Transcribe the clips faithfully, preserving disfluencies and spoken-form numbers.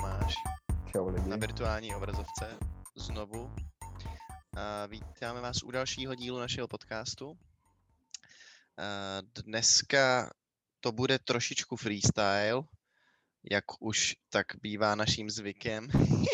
Tomáš. Čau lidi. Na virtuální obrazovce znovu. A vítáme vás u dalšího dílu našeho podcastu. A dneska to bude trošičku freestyle, jak už tak bývá naším zvykem.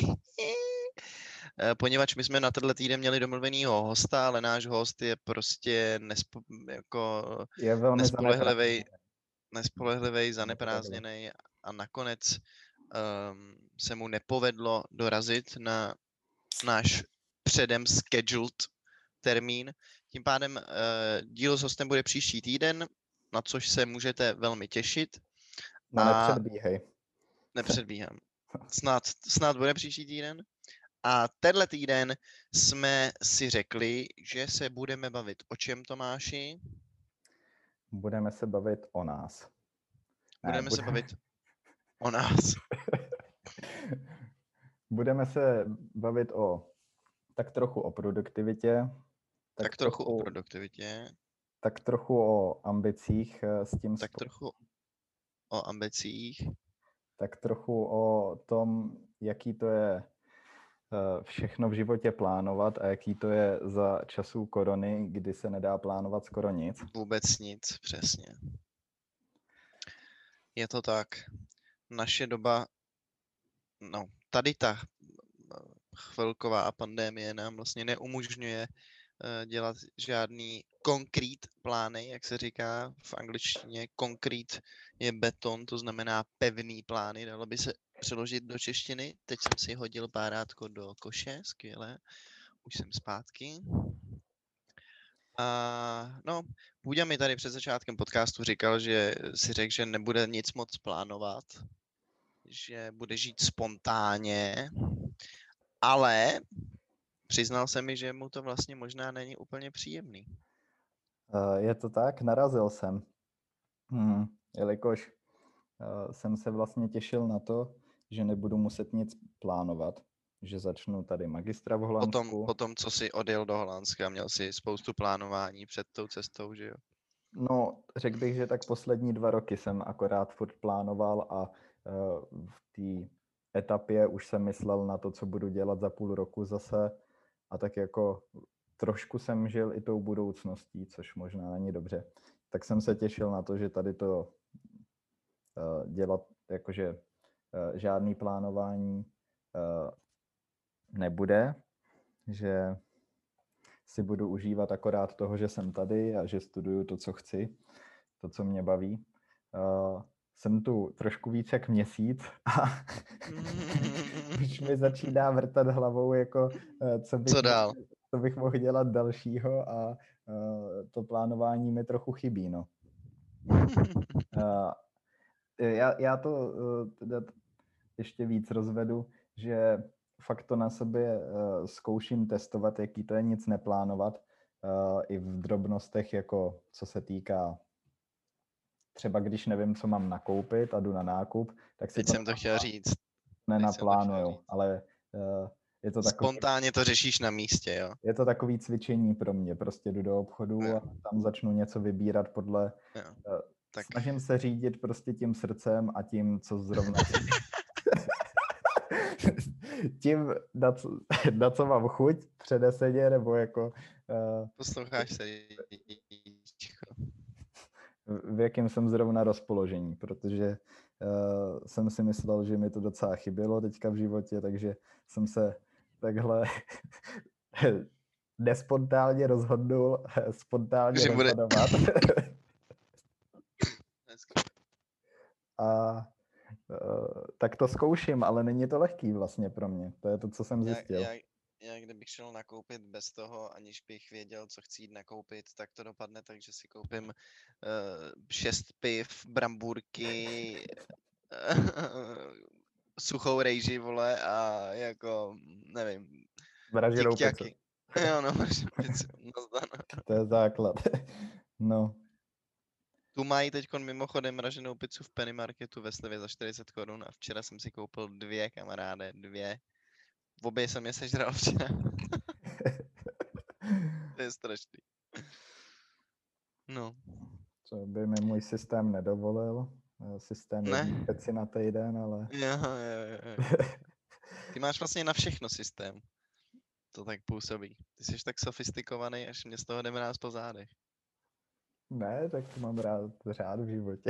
Poněvadž my jsme na tenhle týden měli domluvenýho hosta, ale náš host je prostě nespo, jako Je velmi nespolehlivý, nespolehlivý, zaneprázdněný a nakonec um, se mu nepovedlo dorazit na náš předem scheduled termín. Tím pádem uh, díl s hostem bude příští týden, na což se můžete velmi těšit. No a nepředbíhej. Nepředbíhám. Snad, snad bude příští týden. A tenhle týden jsme si řekli, že se budeme bavit o čem, Tomáši? Budeme se bavit o nás. Budeme ne, se bavit o nás. Budeme se bavit o tak trochu o produktivitě. Tak, tak trochu o produktivitě. Tak trochu o ambicích s tím. Tak trochu o ambicích. Tak trochu o tom, jaký to je všechno v životě plánovat a jaký to je za časů korony, kdy se nedá plánovat skoro nic. Vůbec nic, přesně. Je to tak. Naše doba, no, tady ta chvilková pandémie nám vlastně neumožňuje uh, dělat žádný concrete plány, jak se říká v angličtině. Concrete je beton, to znamená pevný plány, dalo by se přeložit do češtiny. Teď jsem si hodil párátko do koše, skvěle. Už jsem zpátky. A no, Půďa mi tady před začátkem podcastu říkal, že si řekl, že nebude nic moc plánovat, že bude žít spontánně, ale přiznal se mi, že mu to vlastně možná není úplně příjemný. Je to tak, narazil jsem, hmm, jelikož uh, jsem se vlastně těšil na to, že nebudu muset nic plánovat, že začnu tady magistra v Holandsku. Potom, potom co jsi odjel do Holandska, měl jsi spoustu plánování před tou cestou, že jo? No, řekl bych, že tak poslední dva roky jsem akorát furt plánoval a uh, v té etapě už jsem myslel na to, co budu dělat za půl roku zase a tak jako trošku jsem žil i tou budoucností, což možná není dobře. Tak jsem se těšil na to, že tady to uh, dělat, jakože uh, žádný plánování uh, nebude, že si budu užívat akorát toho, že jsem tady a že studuju to, co chci, to, co mě baví. Uh, jsem tu trošku víc jak měsíc a už mi začíná vrtat hlavou, jako, uh, co, bych co dál? Mohl, co bych mohl dělat dalšího a uh, to plánování mi trochu chybí. No. Uh, já, já to uh, teda ještě víc rozvedu, že fakt to na sobě uh, zkouším testovat, jaký to je nic neplánovat, uh, i v drobnostech, jako co se týká třeba když nevím, co mám nakoupit a jdu na nákup, tak si Teď to jsem to chtěl říct. nenaplánuju, ale uh, je to takový... Spontánně to řešíš na místě, jo? Je to takový cvičení pro mě, prostě jdu do obchodu jo. a tam začnu něco vybírat podle... Jo. Uh, tak... Snažím se řídit prostě tím srdcem a tím, co zrovna... tím, na co, na co mám chuť, předeseně, nebo jako... Uh, Posloucháš se. V jakém jsem zrovna rozpoložení, protože uh, jsem si myslel, že mi to docela chybělo teďka v životě, takže jsem se takhle nespontánně rozhodnul, spontánně že rozhodovat. Bude... A uh, tak to zkouším, ale není to lehký vlastně pro mě. To je to, co jsem zjistil. Já, já, já kdybych šel nakoupit bez toho, aniž bych věděl, co chci jít nakoupit, tak to dopadne tak, že si koupím uh, šest piv, brambůrky, suchou rejži, vole, a jako, nevím, vraženou pizzu. Jo, no, vraženou pizzu. No, to je základ. No. Tu mají teď mimochodem mraženou pizzu v Penny Marketu ve slevě za čtyřicet korun a včera jsem si koupil dvě, kamaráde, dvě. V obě jsem je sežral včera. To je strašný. No. Co by mi můj systém nedovolil. Systém je peci na týden, ale... Jo, jo, Ty máš vlastně na všechno systém. To tak působí. Ty jsi tak sofistikovaný, až mě z toho jde mráz po zádech. Ne, tak mám rád řád v životě.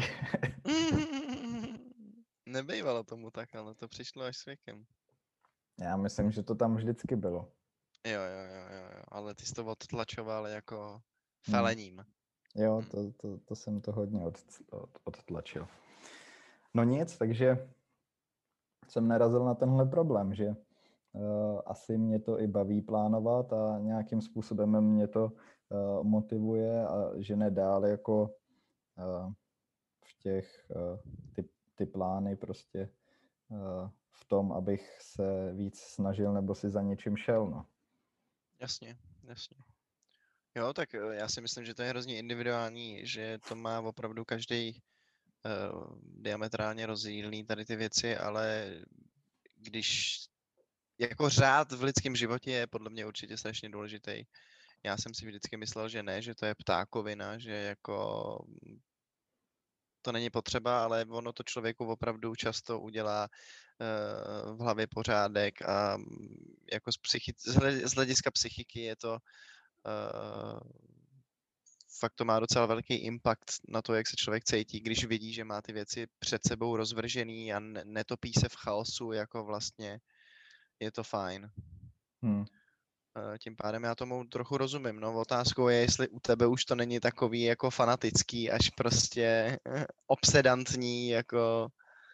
Nebejvalo tomu tak, ale to přišlo až s věkem. Já myslím, že to tam vždycky bylo. Jo, jo, jo, jo, jo. Ale ty jsi to odtlačoval jako Hmm. felením. Jo, Hmm. to, to, to jsem to hodně od, od, odtlačil. No nic, takže jsem narazil na tenhle problém, že uh, asi mě to i baví plánovat a nějakým způsobem mě to uh, motivuje a žene dál jako uh, v těch uh, ty, ty plány prostě uh, v tom, abych se víc snažil nebo si za něčím šel, no. Jasně, jasně. Jo, tak já si myslím, že to je hrozně individuální, že to má opravdu každý uh, diametrálně rozdílný tady ty věci, ale když jako řád v lidském životě je podle mě určitě strašně důležitý. Já jsem si vždycky myslel, že ne, že to je ptákovina, že jako to není potřeba, ale ono to člověku opravdu často udělá uh, v hlavě pořádek a jako z, psychi- z hlediska psychiky je to uh, fakt to má docela velký impact na to, jak se člověk cítí, když vidí, že má ty věci před sebou rozvržený a netopí se v chaosu, jako vlastně je to fajn. Hmm. Tím pádem já tomu trochu rozumím. No, otázkou je, jestli u tebe už to není takový jako fanatický, až prostě obsedantní jako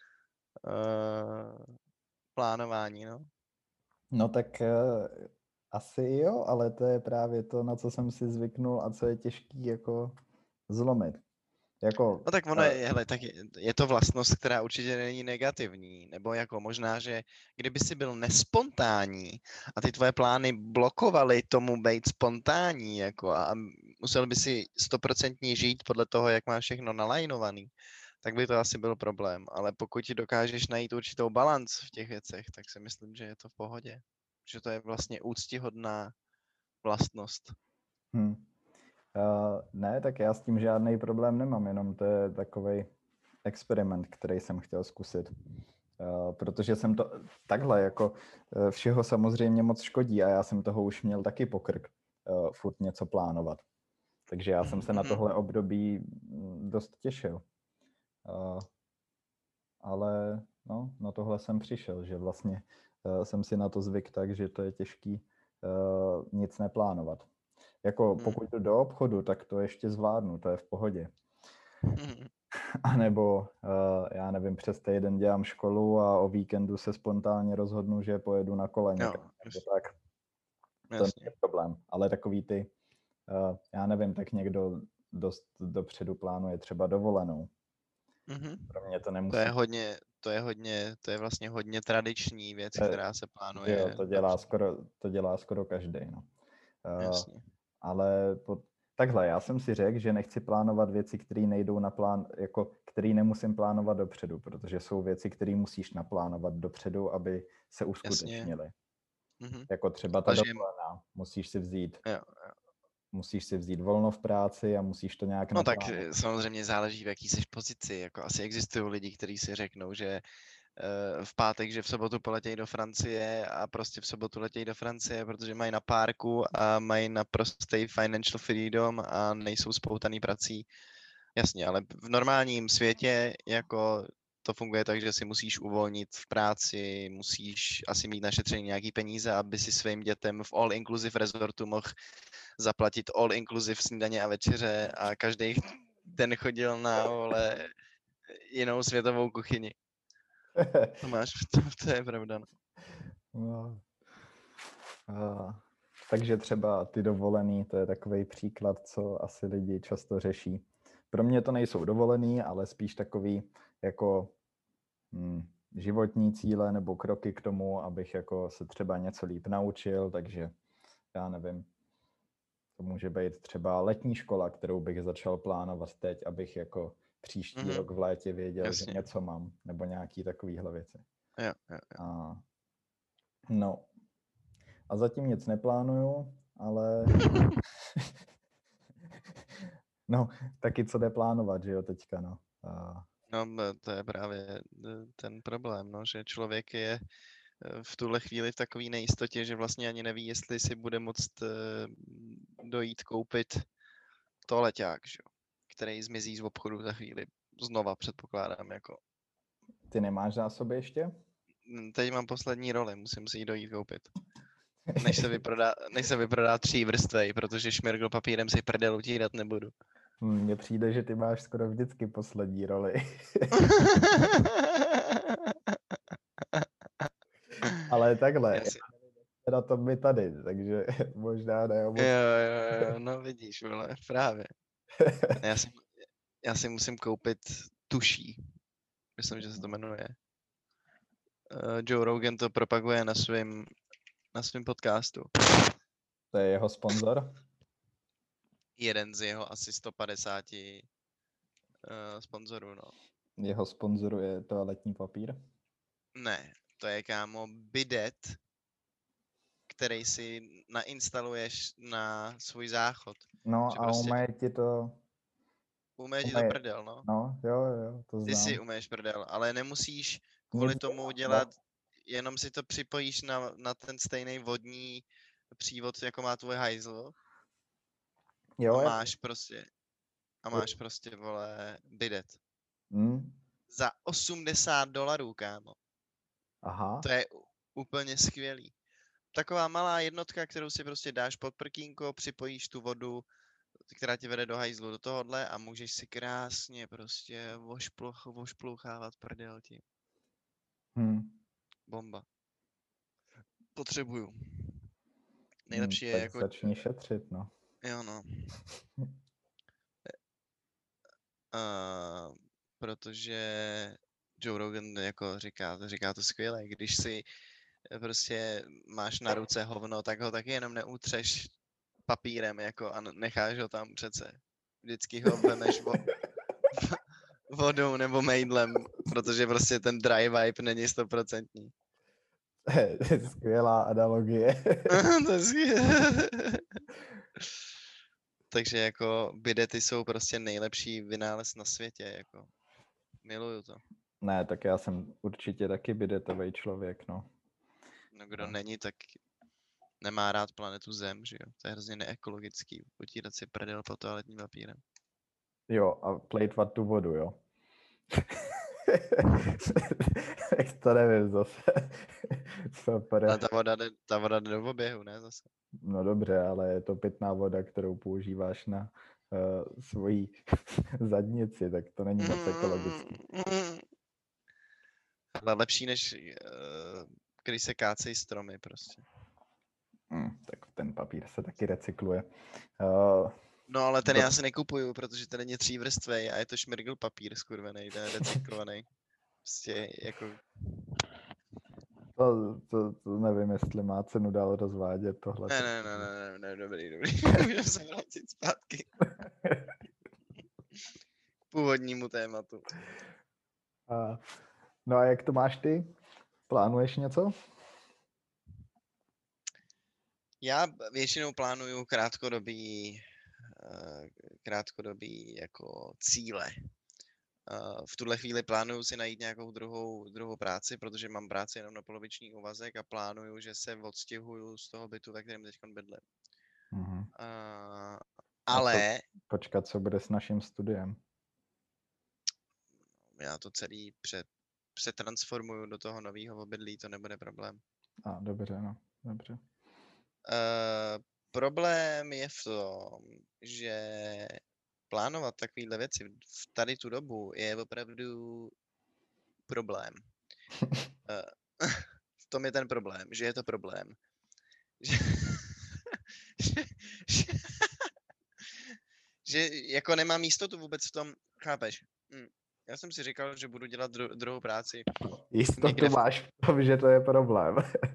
uh, plánování, no. No tak uh, asi jo, ale to je právě to, na co jsem si zvyknul a co je těžký jako zlomit. Jako, No tak ono je, hele, tak je, je to vlastnost, která určitě není negativní, nebo jako možná, že kdyby si byl nespontánní a ty tvoje plány blokovaly tomu být spontánní, jako a musel by si stoprocentně žít podle toho, jak máš všechno nalajnovaný, tak by to asi byl problém. Ale pokud ti dokážeš najít určitou balanc v těch věcech, tak si myslím, že je to v pohodě. Že to je vlastně úctihodná vlastnost. Hmm. Uh, ne, tak já s tím žádný problém nemám, jenom to je takovej experiment, který jsem chtěl zkusit. Uh, protože jsem to takhle, jako uh, všeho samozřejmě moc škodí a já jsem toho už měl taky pokrk, uh, furt něco plánovat. Takže já jsem se na tohle období dost těšil. Uh, ale no, na tohle jsem přišel, že vlastně uh, jsem si na to zvyk tak, že to je těžký uh, nic neplánovat. Jako pokud jdu do obchodu, tak to ještě zvládnu, to je v pohodě. A nebo, uh, já nevím, přes týden dělám školu a o víkendu se spontánně rozhodnu, že pojedu na kole někam. Takže tak, to je problém. Ale takový ty, uh, já nevím, tak někdo dost dopředu plánuje třeba dovolenou. Mm-hmm. Pro mě to nemusí. To je hodně, to je hodně, to je vlastně hodně tradiční věc, je, která se plánuje. Jo, to dělá skoro, to dělá skoro každý, no. Uh, Jasně. Ale po, takhle, já jsem si řekl, že nechci plánovat věci, které nejdou na plán, jako které nemusím plánovat dopředu, protože jsou věci, které musíš naplánovat dopředu, aby se uskutečnily. Mm-hmm. Jako třeba ta dovolená, musíš si vzít. Jo, jo. Musíš si vzít volno v práci a musíš to nějak No naplánovat. tak samozřejmě záleží, v jaký jsi pozici. Jako asi existují lidi, kteří si řeknou, že uh, v pátek, že v sobotu poletějí do Francie a prostě v sobotu letějí do Francie, protože mají na párku a mají naprostý financial freedom a nejsou spoutaný prací. Jasně, ale v normálním světě jako to funguje tak, že si musíš uvolnit v práci, musíš asi mít našetřený nějaký peníze, aby si svým dětem v all-inclusive resortu mohl zaplatit all-inclusive snídaně a večeře a každý den chodil na vole, jinou světovou kuchyni. To máš, to, to je pravda. No. Uh, takže třeba ty dovolený, to je takový příklad, co asi lidi často řeší. Pro mě to nejsou dovolený, ale spíš takový jako hm, životní cíle nebo kroky k tomu, abych jako se třeba něco líp naučil, takže já nevím. To může být třeba letní škola, kterou bych začal plánovat teď, abych jako příští mm-hmm. rok v létě věděl, Jasně. že něco mám, nebo nějaký takovýhle věci. Jo, jo, jo. A, no. A zatím nic neplánuju, ale no, taky co jde plánovat, že jo, teďka, no. A No, b- to je právě eh, ten problém, no, že člověk je eh, v tuhle chvíli v takové nejistotě, že vlastně ani neví, jestli si bude moct eh, dojít koupit toaleťák, že jo, který zmizí z obchodu za chvíli. Znova předpokládám, jako. Ty nemáš zásoby ještě? Mm, Teď mám poslední roli, musím si ji dojít koupit. Než se vyprodá, než se vyprodá tří vrstvej, protože šmirgl papírem si prdel utírat nebudu. Mně přijde, že ty máš skoro vždycky poslední roli. Ale takhle, Já si... na tom my tady, takže možná ne o moc. Jo, jo, jo, no vidíš, vole, právě. Já si, já si musím koupit tuší. Myslím, že se to jmenuje. Uh, Joe Rogan to propaguje na svém na svém podcastu. To je jeho sponzor? Jeden z jeho asi sto padesáti uh, sponzorů, no. Jeho sponzoru je toaletní papír? Ne, to je, kámo, bidet, který si nainstaluješ na svůj záchod. No Že a prostě umeje ti to... Umé ti to umeje- prdel, no. No, jo, jo, to Ty znám. si umeješ prdel, ale nemusíš kvůli Nic tomu jiného. dělat, jenom si to připojíš na, na ten stejný vodní přívod, jako má tvůj hajzl. Jo, A jak... máš prostě, a máš prostě, vole, bidet. Hm? Za osmdesát dolarů, kámo. Aha. To je u- úplně skvělý. Taková malá jednotka, kterou si prostě dáš pod prkínko, připojíš tu vodu, která ti vede do hajzlu, do tohohle a můžeš si krásně prostě vošpluch, vošplouchávat prdel tím. Hm. Bomba. Potřebuju. Hm, Nejlepší je tak jako... začni šetřit, no. Jo, no. Uh, protože Joe Rogan jako říká, to říká to skvěle, když si prostě máš na ruce hovno, tak ho taky jenom neutřeš papírem jako a necháš ho tam přece. Vždycky ho vemeš vo, vodou nebo mejdlem, protože prostě ten dry vibe není stoprocentní. Skvělá analogie. To je skvělé. Takže jako bidety jsou prostě nejlepší vynález na světě, jako. Miluju to. Ne, tak já jsem určitě taky bidetový člověk, no. No kdo není, tak nemá rád planetu Zem, že jo? To je hrozně neekologický, potírat si prdel po toaletním papírem. Jo, a plejtvat tu vodu, jo. Tak to nevím zase. Super. Ale ta voda, jde, ta voda jde do oběhu, ne zase? No dobře, ale je to pitná voda, kterou používáš na uh, svoji zadnici, tak to není moc ekologický. Ale lepší než uh, když se kácejí stromy prostě. Hmm, tak ten papír se taky recykluje. Uh, No ale ten to- já si nekupuju, protože ten není tří vrstvej a je to šmirgl papír skurvený, ten je recyklovaný. Prostě jako... to, to, to nevím, jestli má cenu dál rozvádět tohle. Ne, ne, ne, ne, ne, ne, dobrý, dobrý. Můžeme se vrátit zpátky k původnímu tématu. A, no a jak to máš ty? Plánuješ něco? Já b- většinou plánuju krátkodobý, eh, krátkodobý jako cíle. Eh, V tuhle chvíli plánuju si najít nějakou druhou, druhou práci, protože mám práci jenom na poloviční úvazek a plánuju, že se odstěhuju z toho bytu, ve kterém teď bydlím. Mhm. Eh, Ale Počkat, co bude s naším studiem. já to celý před, přetransformuju do toho nového obydlí, to nebude problém. A dobře, no, dobře. Uh, problém je v tom, že plánovat takovéhle věci v tady tu dobu je opravdu problém. Uh, v tom je ten problém, že je to problém. Že, že, že, že jako nemám jistotu vůbec v tom, chápeš? Hm. Já jsem si říkal, že budu dělat dru- druhou práci. Jistotu Někde v- máš v tom, že to je problém.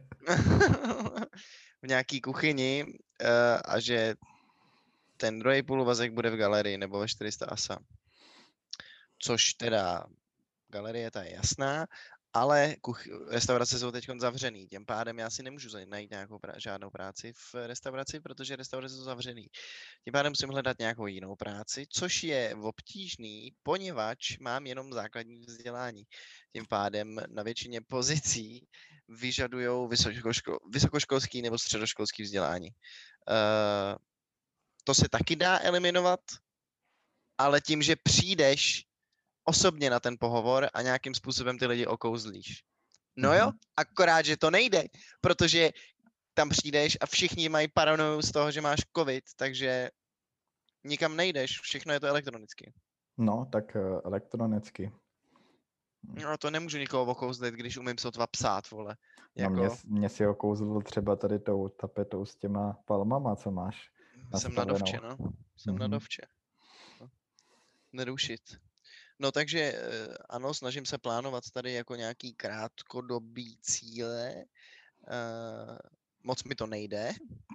v nějaký kuchyni uh, a že ten druhý půluvazek bude v galerii nebo ve čtyři sta asa. Což teda galerie ta je jasná, ale kuch- restaurace jsou teď zavřený, tím pádem já si nemůžu zaj- najít nějakou prá- žádnou práci v restauraci, protože restaurace jsou zavřený. Tím pádem musím hledat nějakou jinou práci, což je obtížný, poněvadž mám jenom základní vzdělání. Tím pádem na většině pozicí vyžadují vysokoškol- vysokoškolský nebo středoškolský vzdělání. Uh, to se taky dá eliminovat, ale tím, že přijdeš osobně na ten pohovor a nějakým způsobem ty lidi okouzlíš. No jo, akorát, že to nejde, protože tam přijdeš a všichni mají paranoju z toho, že máš covid, takže nikam nejdeš, všechno je to elektronicky. No, tak uh, elektronicky. No to nemůžu nikoho okouzlit, když umím sotva psát, vole. Jako... No mě, Jako, mě si okouzlil třeba tady tou tapetou s těma palmama, co máš jsem na dovče, no. Jsem mm-hmm. na dovče. No. Nerušit. No takže eh, ano, snažím se plánovat tady jako nějaký krátkodobý cíle. Uh, moc mi to nejde.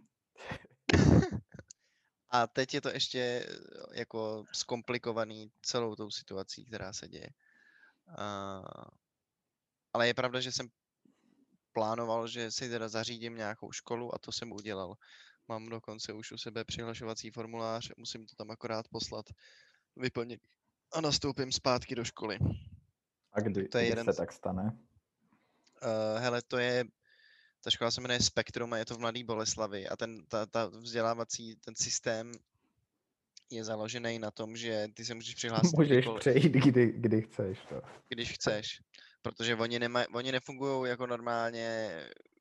A teď je to ještě jako zkomplikovaný celou tou situací, která se děje. Uh, ale je pravda, že jsem plánoval, že si teda zařídím nějakou školu a to jsem udělal. Mám dokonce už u sebe přihlašovací formulář, musím to tam akorát poslat, vyplnit a nastoupím zpátky do školy. A kdy, to je kdy jeden... se tak stane? Uh, hele, to je, ta škola se jmenuje Spektrum a je to v Mladé Boleslavi a ten, ta, ta vzdělávací, ten systém je založený na tom, že ty se můžeš přihlásit Můžeš kdykoliv. přejít, kdy, kdy chceš. To. Když chceš, protože oni, nema, oni nefungují jako normálně,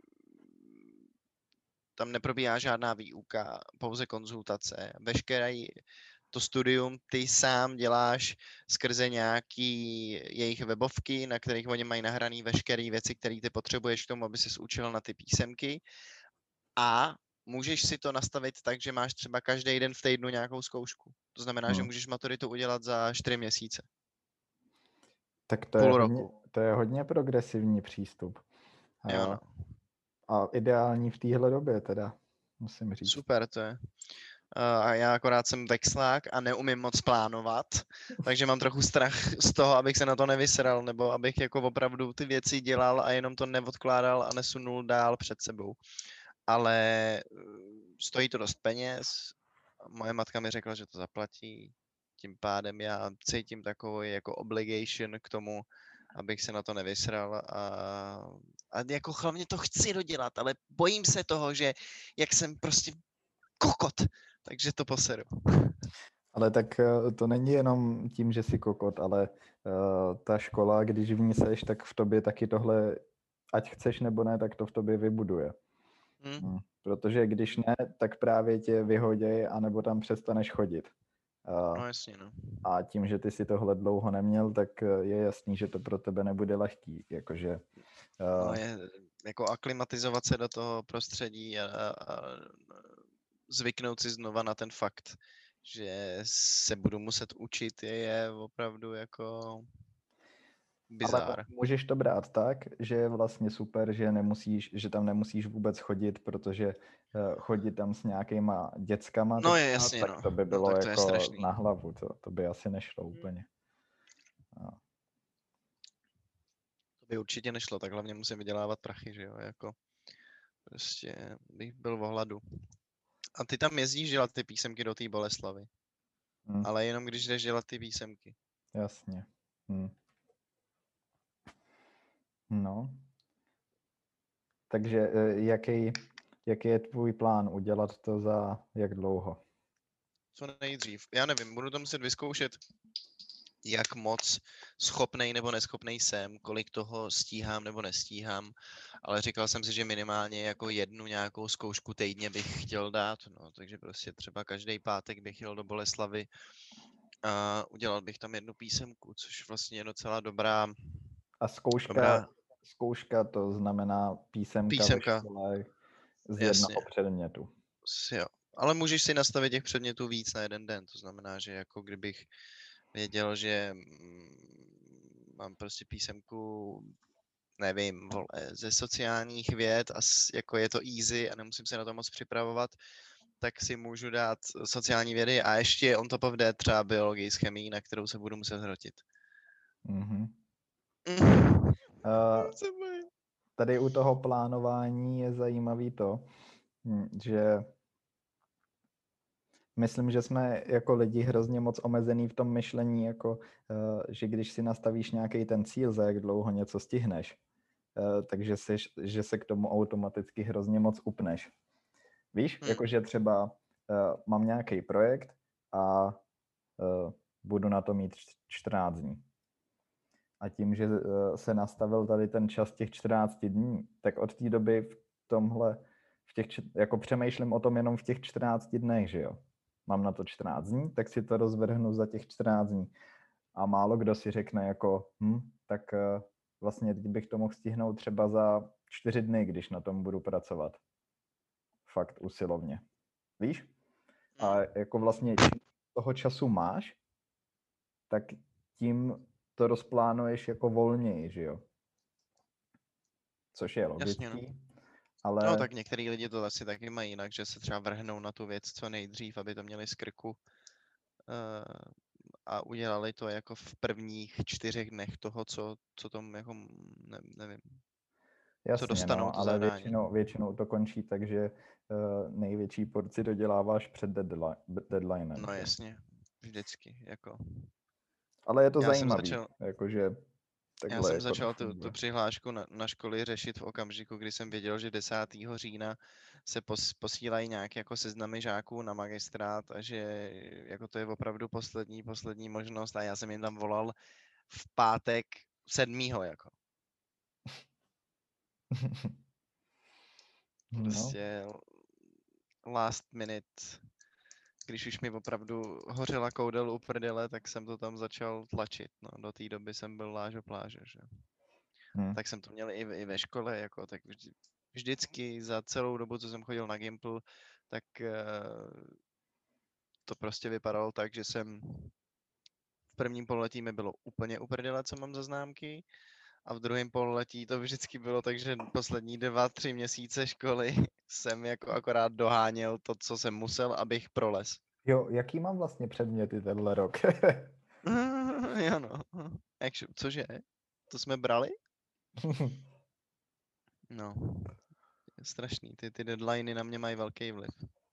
tam neprobíhá žádná výuka, pouze konzultace. Veškeré to studium ty sám děláš skrze nějaký jejich webovky, na kterých oni mají nahrané veškeré věci, které ty potřebuješ k tomu, aby ses učil na ty písemky. A můžeš si to nastavit tak, že máš třeba každý den v týdnu nějakou zkoušku. To znamená, hmm. že můžeš maturitu udělat za čtyři měsíce. Tak to je, hodně, to je hodně progresivní přístup. A, jo, no. a ideální v téhle době teda, musím říct. Super to je. A já akorát jsem vexlák a neumím moc plánovat, takže mám trochu strach z toho, abych se na to nevysral, nebo abych jako opravdu ty věci dělal a jenom to neodkládal a nesunul dál před sebou. Ale stojí to dost peněz, moje matka mi řekla, že to zaplatí, tím pádem já cítím takový jako obligation k tomu, abych se na to nevysral a, a jako hlavně to chci dodělat, ale bojím se toho, že jak jsem prostě kokot, takže to poseru. Ale tak to není jenom tím, že jsi kokot, ale uh, ta škola, když v ní seš, tak v tobě taky tohle, ať chceš nebo ne, tak to v tobě vybuduje. Hmm. Hmm. Protože když ne, tak právě tě vyhoděj, anebo tam přestaneš chodit. Uh, no jasně, no. A tím, že ty si tohle dlouho neměl, tak je jasný, že to pro tebe nebude lehký. Jakože, uh... no je, jako aklimatizovat se do toho prostředí a, a, a zvyknout si znova na ten fakt, že se budu muset učit, je, je opravdu jako bizár. Ale můžeš to brát tak, že je vlastně super, že nemusíš, že tam nemusíš vůbec chodit, protože chodit tam s nějakýma dětskama, no je jasně, tak no. to by bylo no, to jako je na hlavu, to, to by asi nešlo úplně. No. To by určitě nešlo, tak hlavně musím vydělávat prachy, že jo, jako prostě bych byl v ohladu. A ty tam jezdíš dělat ty písemky do té Boleslavy. Hmm. Ale jenom když jdeš dělat ty písemky. Jasně. Hmm. No. Takže jaký, jaký je tvůj plán udělat to za jak dlouho? Co nejdřív. Já nevím, budu to muset vyzkoušet, jak moc schopnej nebo neschopnej jsem, kolik toho stíhám nebo nestíhám, ale říkal jsem si, že minimálně jako jednu nějakou zkoušku týdně bych chtěl dát, no, takže prostě třeba každý pátek bych jel do Boleslavy a udělal bych tam jednu písemku, což vlastně je docela dobrá. A zkouška, dobrá... zkouška to znamená písemka, písemka. ve škole z jednoho předmětu. Jo. Ale můžeš si nastavit těch předmětů víc na jeden den, to znamená, že jako kdybych věděl, že mám prostě písemku, nevím, vole, ze sociálních věd a jako je to easy a nemusím se na to moc připravovat, tak si můžu dát sociální vědy a ještě on top of that třeba biologii s chemií, na kterou se budu muset hrotit. Mm-hmm. Mm. Uh, Se bojím. tady u toho plánování je zajímavý to, hm, že myslím, že jsme jako lidi hrozně moc omezený v tom myšlení, jako, uh, že když si nastavíš nějaký ten cíl, za jak dlouho něco stihneš, uh, takže si, že se k tomu automaticky hrozně moc upneš. Víš, Hmm. jakože třeba uh, mám nějaký projekt a uh, budu na to mít čtrnáct dní. A tím, že uh, se nastavil tady ten čas těch čtrnáct dní, tak od té doby v tomhle, v těch, jako přemýšlím o tom jenom v těch čtrnácti dnech, že jo. Mám na to čtrnáct dní, tak si to rozvrhnu za těch čtrnáct dní. A málo kdo si řekne jako, hm, tak uh, vlastně teď bych to mohl stihnout třeba za čtyři dny, když na tom budu pracovat. Fakt usilovně. Víš? A jako vlastně čím toho času máš, tak tím to rozplánuješ jako volněji, že jo? Což je logický, Jasně, no. ale... No tak některý lidi to asi taky mají jinak, že se třeba vrhnou na tu věc co nejdřív, aby to měli z krku. Uh, a udělali to jako v prvních čtyřech dnech toho, co, co tomu jako, ne, nevím, Jasně, co dostanou no, to ale zadání. většinou, většinou to končí tak, že uh, největší porci doděláváš před deadline, deadlinem. No že? jasně, vždycky, jako. Ale je to Já zajímavý, jsem začal, jakože takhle já jsem jako začal tu, tu funguje. přihlášku na, na školy řešit v okamžiku, kdy jsem věděl, že desátého října se pos, posílají nějaké jako seznamy žáků na magistrát a že jako to je opravdu poslední, poslední možnost a já jsem jim tam volal v pátek sedmého jako. No, Prostě last minute, když už mi opravdu hořela koudel u prdele, tak jsem to tam začal tlačit. No, do té doby jsem byl lážo pláže, že? hm. Tak jsem to měl i, i ve škole, jako, tak vždy, vždycky za celou dobu, co jsem chodil na Gimpl, tak uh, to prostě vypadalo tak, že jsem v prvním pololetí mi bylo úplně uprdele, co mám za známky, a v druhém pololetí to vždycky bylo tak, že poslední dva, tři měsíce školy jsem jako akorát doháněl to, co jsem musel, abych prolez. Jo, jaký mám vlastně předměty tenhle rok? Jo no. Actually, cože? To jsme brali? No. Je strašný. Ty, ty deadliny na mě mají velký vliv.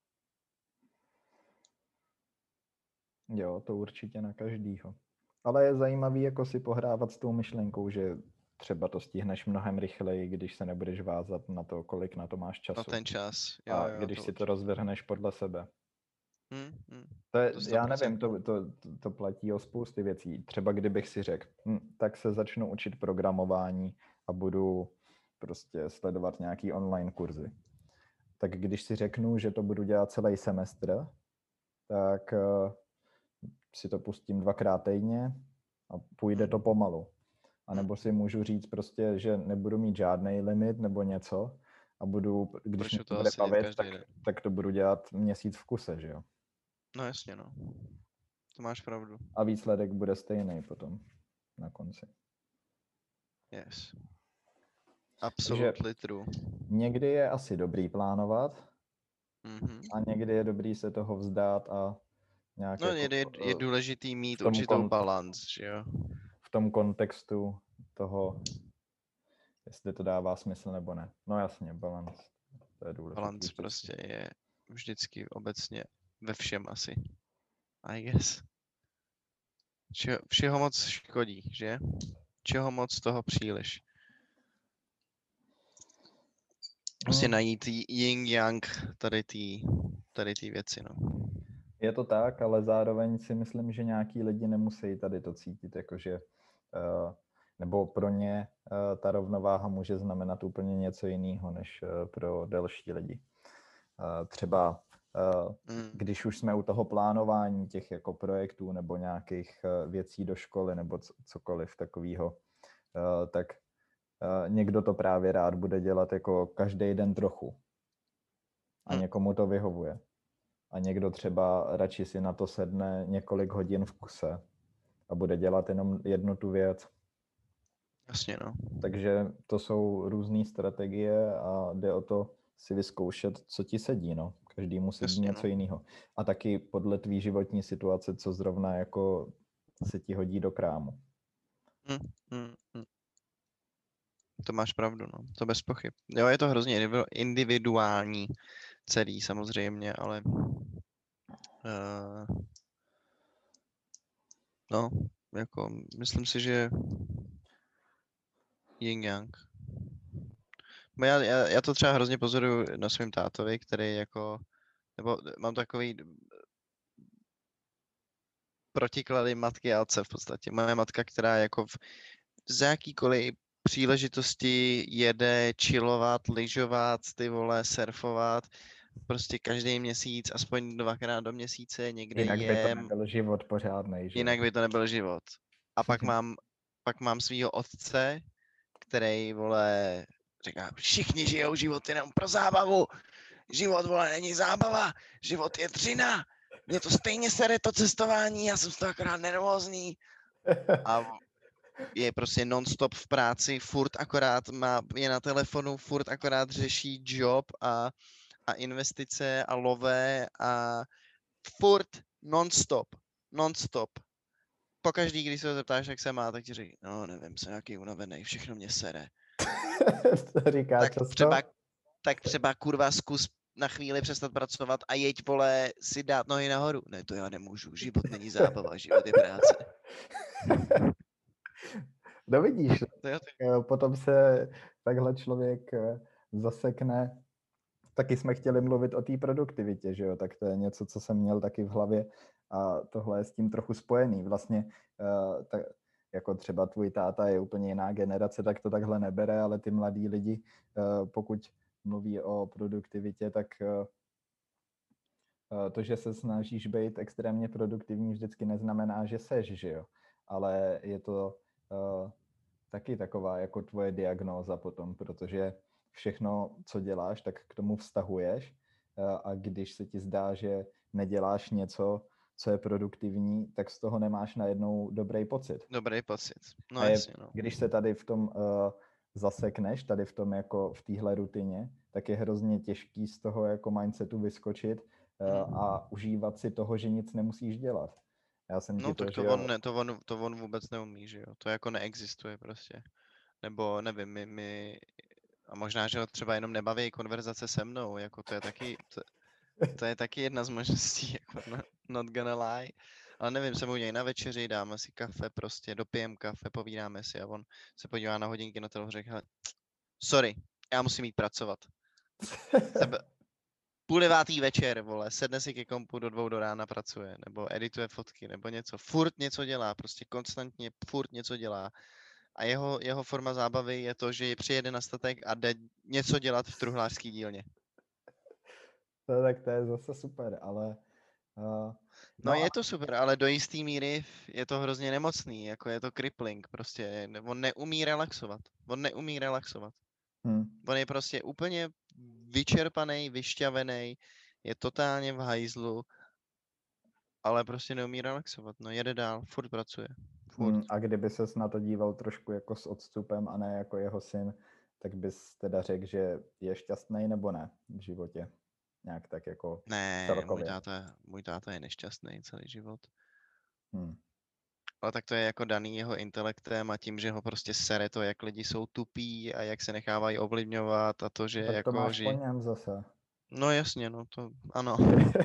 Jo, to určitě na každýho. Ale je zajímavý jako si pohrávat s tou myšlenkou, že třeba to stihneš mnohem rychleji, když se nebudeš vázat na to, kolik na to máš času. Na ten čas. Jo, A jo, když to si určitě. to rozvrhneš podle sebe. Hmm, hmm. To je, To já nevím, sto procent. to, to, to platí o spousty věcí. Třeba kdybych si řekl, hm, tak se začnu učit programování a budu prostě sledovat nějaký online kurzy. Tak když si řeknu, že to budu dělat celý semestr, tak uh, si to pustím dvakrát týdně a půjde to pomalu. A nebo si můžu říct prostě, že nebudu mít žádný limit nebo něco a budu, když mě to bude bavit, tak, tak to budu dělat měsíc v kuse, že jo? No jasně, no. To máš pravdu. A výsledek bude stejný potom na konci. Yes. Absolutely true. Někdy je asi dobrý plánovat Mm-hmm. a někdy je dobrý se toho vzdát a nějak No jako, je, je důležitý mít v tom určitou kon- balans, že jo? v tom kontextu toho, jestli to dává smysl nebo ne. No jasně, balans. To je důležitý. Balans prostě je vždycky obecně ve všem asi. I guess. Vše, všeho moc škodí, že? Čeho moc, toho příliš. Prostě Hmm. najít yin-yang tady ty tady ty věci, no. Je to tak, ale zároveň si myslím, že nějaký lidi nemusí tady to cítit, jakože uh, nebo pro ně uh, ta rovnováha může znamenat úplně něco jiného, než uh, pro další lidi. Uh, třeba uh, mm. když už jsme u toho plánování těch jako projektů nebo nějakých uh, věcí do školy nebo c- cokoliv takového, uh, tak uh, někdo to právě rád bude dělat jako každý den trochu. A mm. někomu to vyhovuje. A někdo třeba radši si na to sedne několik hodin v kuse a bude dělat jenom jednu tu věc. Jasně, no. Takže to jsou různé strategie a jde o to si vyzkoušet, co ti sedí, no. Každému sedí Jasně, něco no. jiného. A taky podle tvý životní situace, co zrovna jako se ti hodí do krámu. Hmm, hmm, hmm. To máš pravdu, no. To bez pochyb. Jo, je to hrozně individu- individuální celý samozřejmě, ale uh, no, jako myslím si, že yin yang. Bo Já, já, já to třeba hrozně pozoruju na svém tátovi, který jako, nebo mám takový protiklady matky a otce v podstatě. Moje matka, která jako v, za jakýkoliv příležitosti jede chillovat, lyžovat, ty vole, surfovat, prostě každý měsíc, aspoň dvakrát do měsíce někde Jinak by to jem, nebyl život pořádnej, že jo? jinak by to nebyl život. A pak mám, pak mám svýho otce, který, vole, říká, všichni žijou život jenom pro zábavu, život, vole, není zábava, život je dřina, mě to stejně sere to cestování, já jsem z toho akorát nervózní. A je prostě non-stop v práci, furt akorát má, je na telefonu, furt akorát řeší job a, a investice a lové a furt non-stop, non-stop. Pokaždý, když se ho zeptáš, jak se má, tak ti říká, no nevím, jsem nějaký unavený, všechno mě sere. To říká Tak často. třeba, tak třeba kurva zkus na chvíli přestat pracovat a jeď, vole, si dát nohy nahoru. Ne, to já nemůžu, život není zábava, život je práce. No vidíš, To jo, eh, potom se takhle člověk eh, zasekne. Taky jsme chtěli mluvit o té produktivitě, že jo, tak to je něco, co jsem měl taky v hlavě a tohle je s tím trochu spojený. Vlastně uh, tak, jako třeba tvůj táta je úplně jiná generace, tak to takhle nebere, ale ty mladí lidi, uh, pokud mluví o produktivitě, tak uh, to, že se snažíš být extrémně produktivní, vždycky neznamená, že seš, že jo, ale je to uh, taky taková jako tvoje diagnóza potom, protože všechno, co děláš, tak k tomu vztahuješ a když se ti zdá, že neděláš něco, co je produktivní, tak z toho nemáš najednou dobrý pocit. Dobrý pocit. No a je, jasně, no. Když se tady v tom uh, zasekneš, tady v tom jako v téhle rutině, tak je hrozně těžký z toho jako mindsetu vyskočit uh, a užívat si toho, že nic nemusíš dělat. Já jsem No ti to, tak to že on, ne, to, on, to on vůbec neumí, že jo. To jako neexistuje prostě. Nebo nevím, my, my a možná, že ho třeba jenom nebaví konverzace se mnou, jako to je taky, to, to je taky jedna z možností, jako not, not gonna lie. Ale nevím, se mu něj na večeři, dáme si kafe, prostě dopijem kafe, povídáme si a on se podívá na hodinky na telefon, řekne, sorry, já musím jít pracovat. Sebe, půl devátý večer, vole, sedne si ke kompu, do dvou do rána pracuje, nebo edituje fotky, nebo něco, furt něco dělá, prostě konstantně furt něco dělá. A jeho, jeho forma zábavy je to, že přijede na statek a jde něco dělat v truhlářský dílně. No, tak to je zase super, ale... Uh, no, no je a... to super, ale do jistý míry je to hrozně nemocný, jako je to crippling, prostě. On neumí relaxovat. On neumí relaxovat. Hmm. On je prostě úplně vyčerpaný, vyšťavený, je totálně v hajzlu, ale prostě neumí relaxovat. No jede dál, furt pracuje. Furt. Hmm, a kdyby ses na to díval trošku jako s odstupem a ne jako jeho syn, tak bys teda řekl, že je šťastný nebo ne v životě? Nějak tak jako Ne, celkově. můj táta, můj táta je nešťastný celý život. Hmm. Ale tak to je jako daný jeho intelektem a tím, že ho prostě sere to, jak lidi jsou tupí a jak se nechávají ovlivňovat a to, že Tak to jako máš ži... po něm zase. No jasně, no to ano.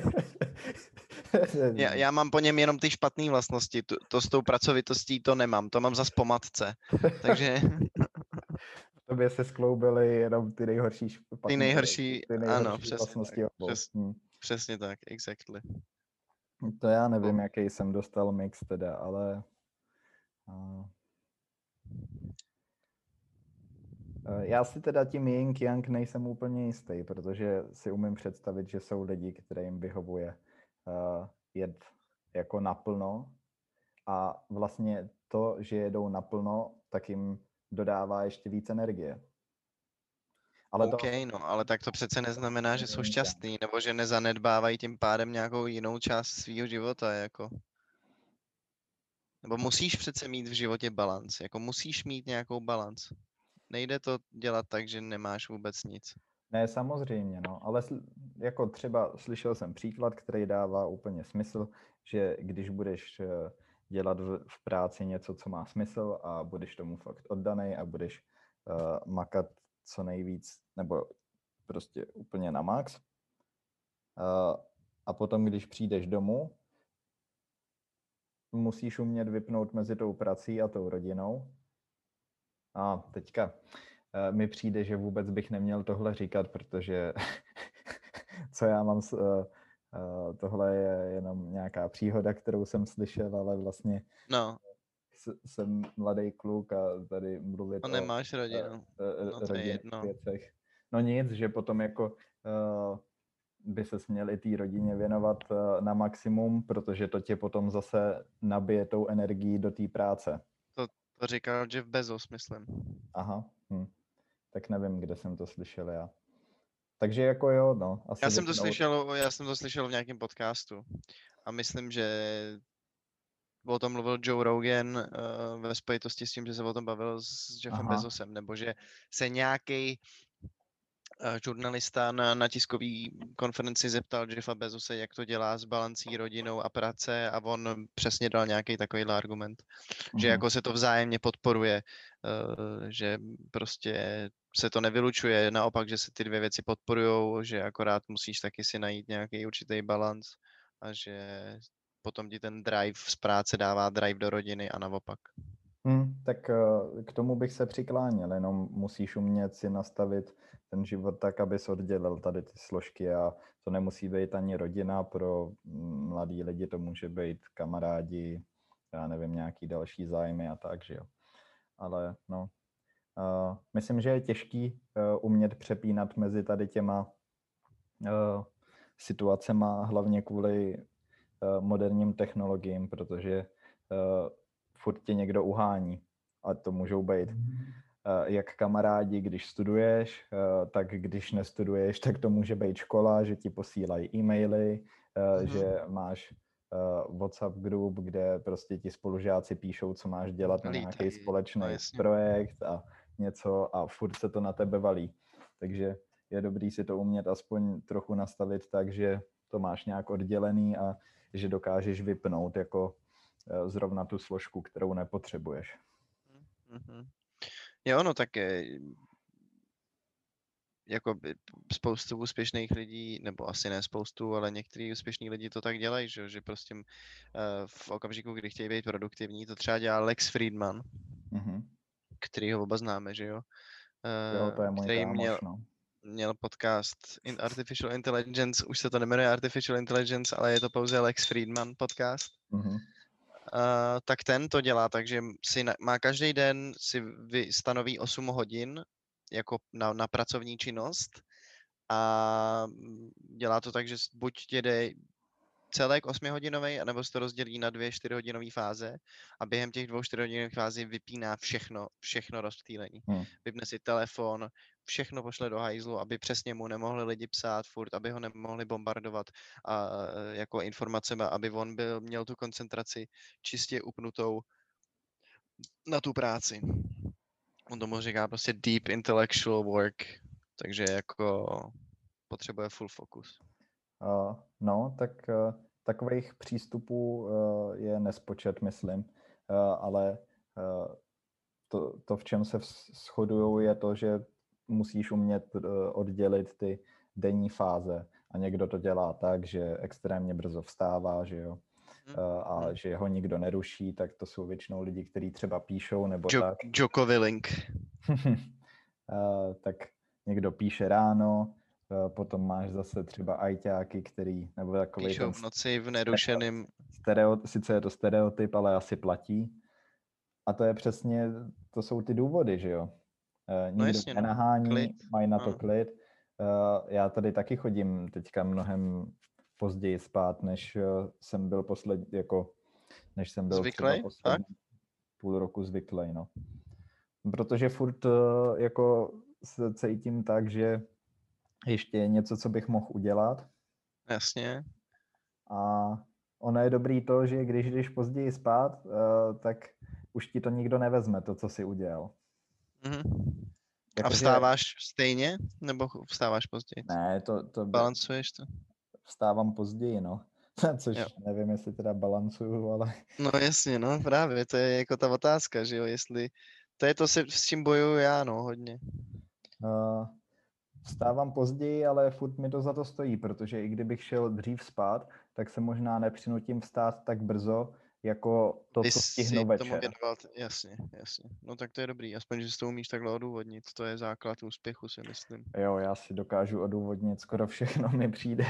já, já mám po něm jenom ty špatné vlastnosti, to, to s tou pracovitostí to nemám, to mám zas po matce, takže... Tobě se skloubily jenom ty nejhorší špatné, ty nejhorší, ty nejhorší ano, přesně vlastnosti. tak, přes, hmm. přesně tak, exactly. To já nevím, oh. jaký jsem dostal mix teda, ale... Uh... Já si teda tím yin yang nejsem úplně jistý, protože si umím představit, že jsou lidi, kterým vyhovuje uh, jet jako naplno a vlastně to, že jedou naplno, tak jim dodává ještě víc energie. Ale OK, to... no, ale tak to přece neznamená, že jsou šťastný, nebo že nezanedbávají tím pádem nějakou jinou část svého života, jako. Nebo musíš přece mít v životě balans, jako musíš mít nějakou balans. Nejde to dělat tak, že nemáš vůbec nic. Ne, samozřejmě, no, ale sl- jako třeba slyšel jsem příklad, který dává úplně smysl, že když budeš dělat v, v práci něco, co má smysl a budeš tomu fakt oddanej a budeš uh, makat co nejvíc, nebo prostě úplně na max. Uh, a potom, když přijdeš domů, musíš umět vypnout mezi tou prací a tou rodinou. A teďka uh, mi přijde, že vůbec bych neměl tohle říkat, protože co já mám s, uh, uh, tohle je jenom nějaká příhoda, kterou jsem slyšel, ale vlastně No, s, jsem mladý kluk a tady mluvit a o nemáš rodinu. uh, No to je rodinných jedno. věcech. No nic, že potom jako uh, by ses měl i té rodině věnovat uh, na maximum, protože to tě potom zase nabije tou energií do té práce. To, to říkal Jeff Bezos, myslím. Aha, hm. Tak nevím, kde jsem to slyšel já. Takže jako jo, no. Asi Já jsem to vypnout. slyšel, já jsem to slyšel v nějakém podcastu. A myslím, že o tom mluvil Joe Rogan uh, ve spojitosti s tím, že se o tom bavil s Jeffem Aha. Bezosem, nebo že se nějaký uh, žurnalista na, na tiskové konferenci zeptal Jeffa Bezose, jak to dělá s balancí rodinou a práce, a on přesně dal nějaký takovýhle argument, že Mhm. jako se to vzájemně podporuje, uh, že prostě se to nevylučuje, naopak, že se ty dvě věci podporujou, že akorát musíš taky si najít nějaký určitý balans a že potom ti ten drive z práce dává drive do rodiny a naopak. Hmm, tak uh, k tomu bych se přikláněl, jenom musíš umět si nastavit ten život tak, abys oddělil tady ty složky, a to nemusí být ani rodina, pro mladý lidi to může být kamarádi, já nevím, nějaký další zájmy a tak, že jo. Ale no, uh, myslím, že je těžký uh, umět přepínat mezi tady těma uh, situacema, hlavně kvůli uh, moderním technologiím, protože uh, furt tě někdo uhání. A to můžou být uh, jak kamarádi, když studuješ, uh, tak když nestuduješ, tak to může být škola, že ti posílají e-maily, uh, mm-hmm. že máš uh, WhatsApp group, kde prostě ti spolužáci píšou, co máš dělat na nějaký společný no, projekt a něco, a furt se to na tebe valí. Takže je dobrý si to umět aspoň trochu nastavit tak, že to máš nějak oddělený a že dokážeš vypnout jako zrovna tu složku, kterou nepotřebuješ. Mm-hmm. Jo, no tak je, jako spoustu úspěšných lidí, nebo asi ne spoustu, ale některý úspěšní lidi to tak dělají, že, že prostě uh, v okamžiku, kdy chtějí být produktivní, to třeba dělá Lex Friedman, mm-hmm. který ho oba známe, že jo? Uh, jo, to je můj který kámoš, měl, no. měl podcast in Artificial Intelligence, už se to nemenuje Artificial Intelligence, ale je to pouze Lex Friedman podcast. Mm-hmm. Uh, tak ten to dělá, takže si na, má každý den si vy, stanoví osm hodin jako na, na pracovní činnost a dělá to tak, že buď jde celek osmihodinový, anebo se to rozdělí na dvě čtyřhodinové fáze a během těch dvou čtyřhodinových fází vypíná všechno, všechno rozptýlení. Hmm. Vypne si telefon, všechno pošle do hajzlu, aby přesně mu nemohli lidi psát furt, aby ho nemohli bombardovat a jako informacemi, aby on byl, měl tu koncentraci čistě upnutou na tu práci. On tomu říká prostě deep intellectual work, takže jako potřebuje full focus. Uh, no, tak uh, takových přístupů uh, je nespočet, myslím, uh, ale uh, to, to, v čem se shodují, je to, že musíš umět uh, oddělit ty denní fáze, a někdo to dělá tak, že extrémně brzo vstává, že jo, uh, a hmm. že ho nikdo neruší, tak to jsou většinou lidi, kteří třeba píšou nebo jo, tak. Joko Willink. uh, tak někdo píše ráno, potom máš zase třeba ajťáky, který, nebo takový píšou ten v noci v nerušeným. Stereo, sice je to stereotyp, ale asi platí. A to je přesně, to jsou ty důvody, že jo. E, nikdo no jasně, nenahání, klid. Mají na to no. klid. E, já tady taky chodím teďka mnohem později spát, než jsem byl poslední, jako, než jsem byl zvyklej? třeba poslední půl roku zvyklý, no. Protože furt jako se cítím tak, že ještě je něco, co bych mohl udělat. Jasně. A ono je dobrý to, že když jdeš později spát, uh, tak už ti to nikdo nevezme, to, co jsi udělal. Mm-hmm. Jako, a vstáváš že... stejně, nebo vstáváš později? Ne, to... to Balancuješ to? Vstávám později, no. Což jo. Nevím, jestli teda balancuju, ale... No jasně, no právě, to je jako ta otázka, že jo, jestli To je to, se, s čím bojuju já, no, hodně. Uh, vstávám později, ale furt mi to za to stojí, protože i kdybych šel dřív spát, tak se možná nepřinutím vstát tak brzo, jako to, Ty co stihnu jsi tomu večer. věnoval, jasně, jasně. No tak to je dobrý, aspoň, že si to umíš takhle odůvodnit, to je základ úspěchu, si myslím. Jo, já si dokážu odůvodnit skoro všechno, mi přijde.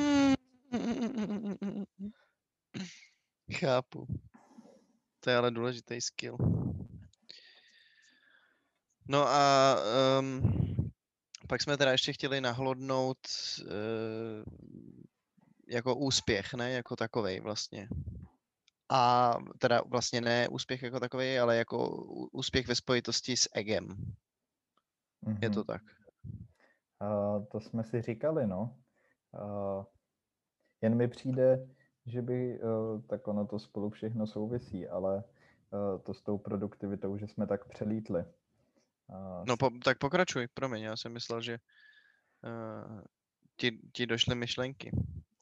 Chápu. To je ale důležitý skill. No a um, pak jsme teda ještě chtěli nahlodnout uh, jako úspěch, ne? Jako takovej vlastně. A teda vlastně ne úspěch jako takový, ale jako úspěch ve spojitosti s egem. Mm-hmm. Je to tak? Uh, to jsme si říkali, no. Uh, jen mi přijde, že by uh, tak ono to spolu všechno souvisí, ale uh, to s tou produktivitou, že jsme tak přelítli. Uh, no po, tak pokračuj, promiň, já jsem myslel, že uh, ti, ti došly myšlenky.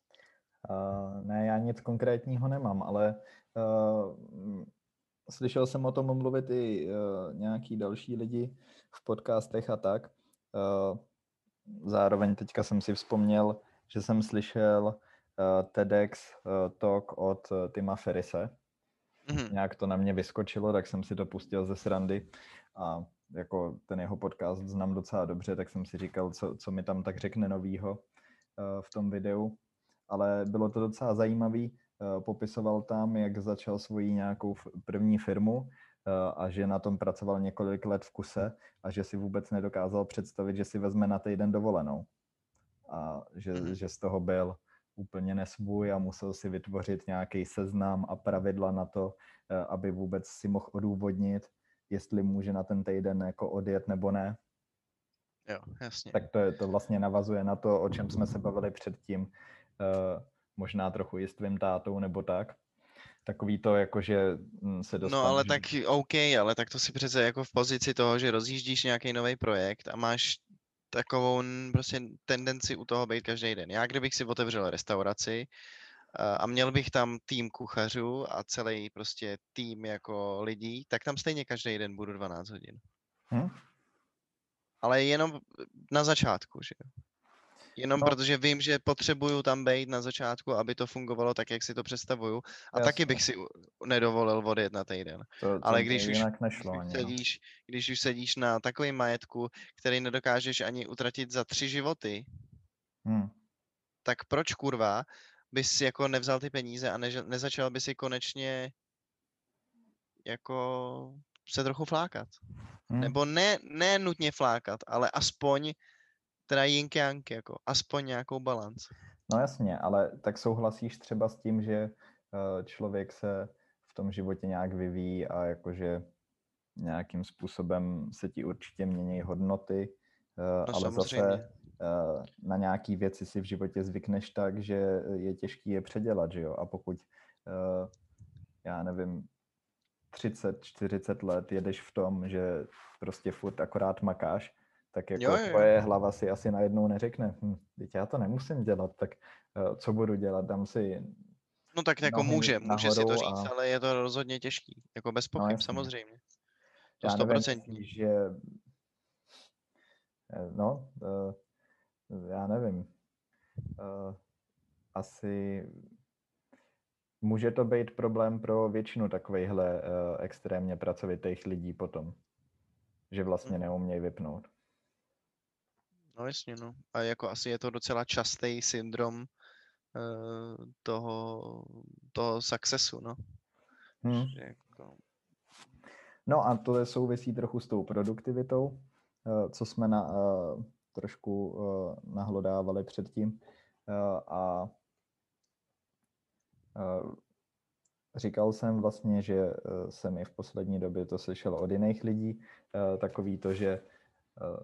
Uh, ne, já nic konkrétního nemám, ale uh, slyšel jsem o tom mluvit i uh, nějaký další lidi v podcastech a tak. Uh, zároveň teďka jsem si vzpomněl, že jsem slyšel uh, TEDx uh, talk od uh, Tima Ferrise. Mm-hmm. Nějak to na mě vyskočilo, tak jsem si to pustil ze srandy a jako ten jeho podcast znám docela dobře, tak jsem si říkal, co, co mi tam tak řekne novýho uh, v tom videu. Ale bylo to docela zajímavý. Popisoval tam, jak začal svoji nějakou první firmu a že na tom pracoval několik let v kuse a že si vůbec nedokázal představit, že si vezme na týden dovolenou. A že, že z toho byl úplně nesvůj a musel si vytvořit nějaký seznam a pravidla na to, aby vůbec si mohl odůvodnit, jestli může na ten týden jako odjet nebo ne. Jo, jasně. Tak to, je, to vlastně navazuje na to, o čem jsme se bavili předtím, uh, možná trochu i s tvým tátou nebo tak. Takový to, jako že se dostaneš... No ale tak OK, ale tak to si přece jako v pozici toho, že rozjíždíš nějaký nový projekt a máš takovou prostě tendenci u toho být každý den. Já kdybych si otevřel restauraci a měl bych tam tým kuchařů a celý prostě tým jako lidí, tak tam stejně každý den budu dvanáct hodin. Hmm? Ale jenom na začátku, že jo. Jenom no. Protože vím, že potřebuju tam být na začátku, aby to fungovalo tak, jak si to představuju. A Jasně. Taky bych si nedovolil odjet na týden. To, to Ale když už, nešlo, když, ani, sedíš, no. když už sedíš na takovém majetku, který nedokážeš ani utratit za tři životy, hmm. tak proč kurva bys si jako nevzal ty peníze a než, nezačal by si konečně jako se trochu flákat. Hmm. Nebo ne, ne nutně flákat, ale aspoň teda yin yang, jako aspoň nějakou balanc. No jasně, ale tak souhlasíš třeba s tím, že člověk se v tom životě nějak vyvíjí a jakože nějakým způsobem se ti určitě mění hodnoty, no, ale samozřejmě. Zase na nějaký věci si v životě zvykneš tak, že je těžký je předělat, že jo? A pokud, já nevím, třicet, čtyřicet let jedeš v tom, že prostě furt akorát makáš, tak jako jo, jo. tvoje hlava si asi najednou neřekne, hm, teď já to nemusím dělat, tak uh, co budu dělat, dám si No tak jako může, může si to říct, a... ale je to rozhodně těžký, jako bez pochyb, no, samozřejmě. To stoprocentní. Že, no, uh, já nevím, uh, asi může to být problém pro většinu takovejhle uh, extrémně pracovitých lidí potom, že vlastně hmm. neumějí vypnout. No jasně, no. A jako asi je to docela častý syndrom uh, toho, toho successu, no. Hmm. Jako... No a to souvisí trochu s tou produktivitou, uh, co jsme na, uh, trošku uh, nahlodávali předtím. Uh, a uh, říkal jsem vlastně, že uh, jsem i v poslední době to slyšel od jiných lidí, uh, takový to, že uh,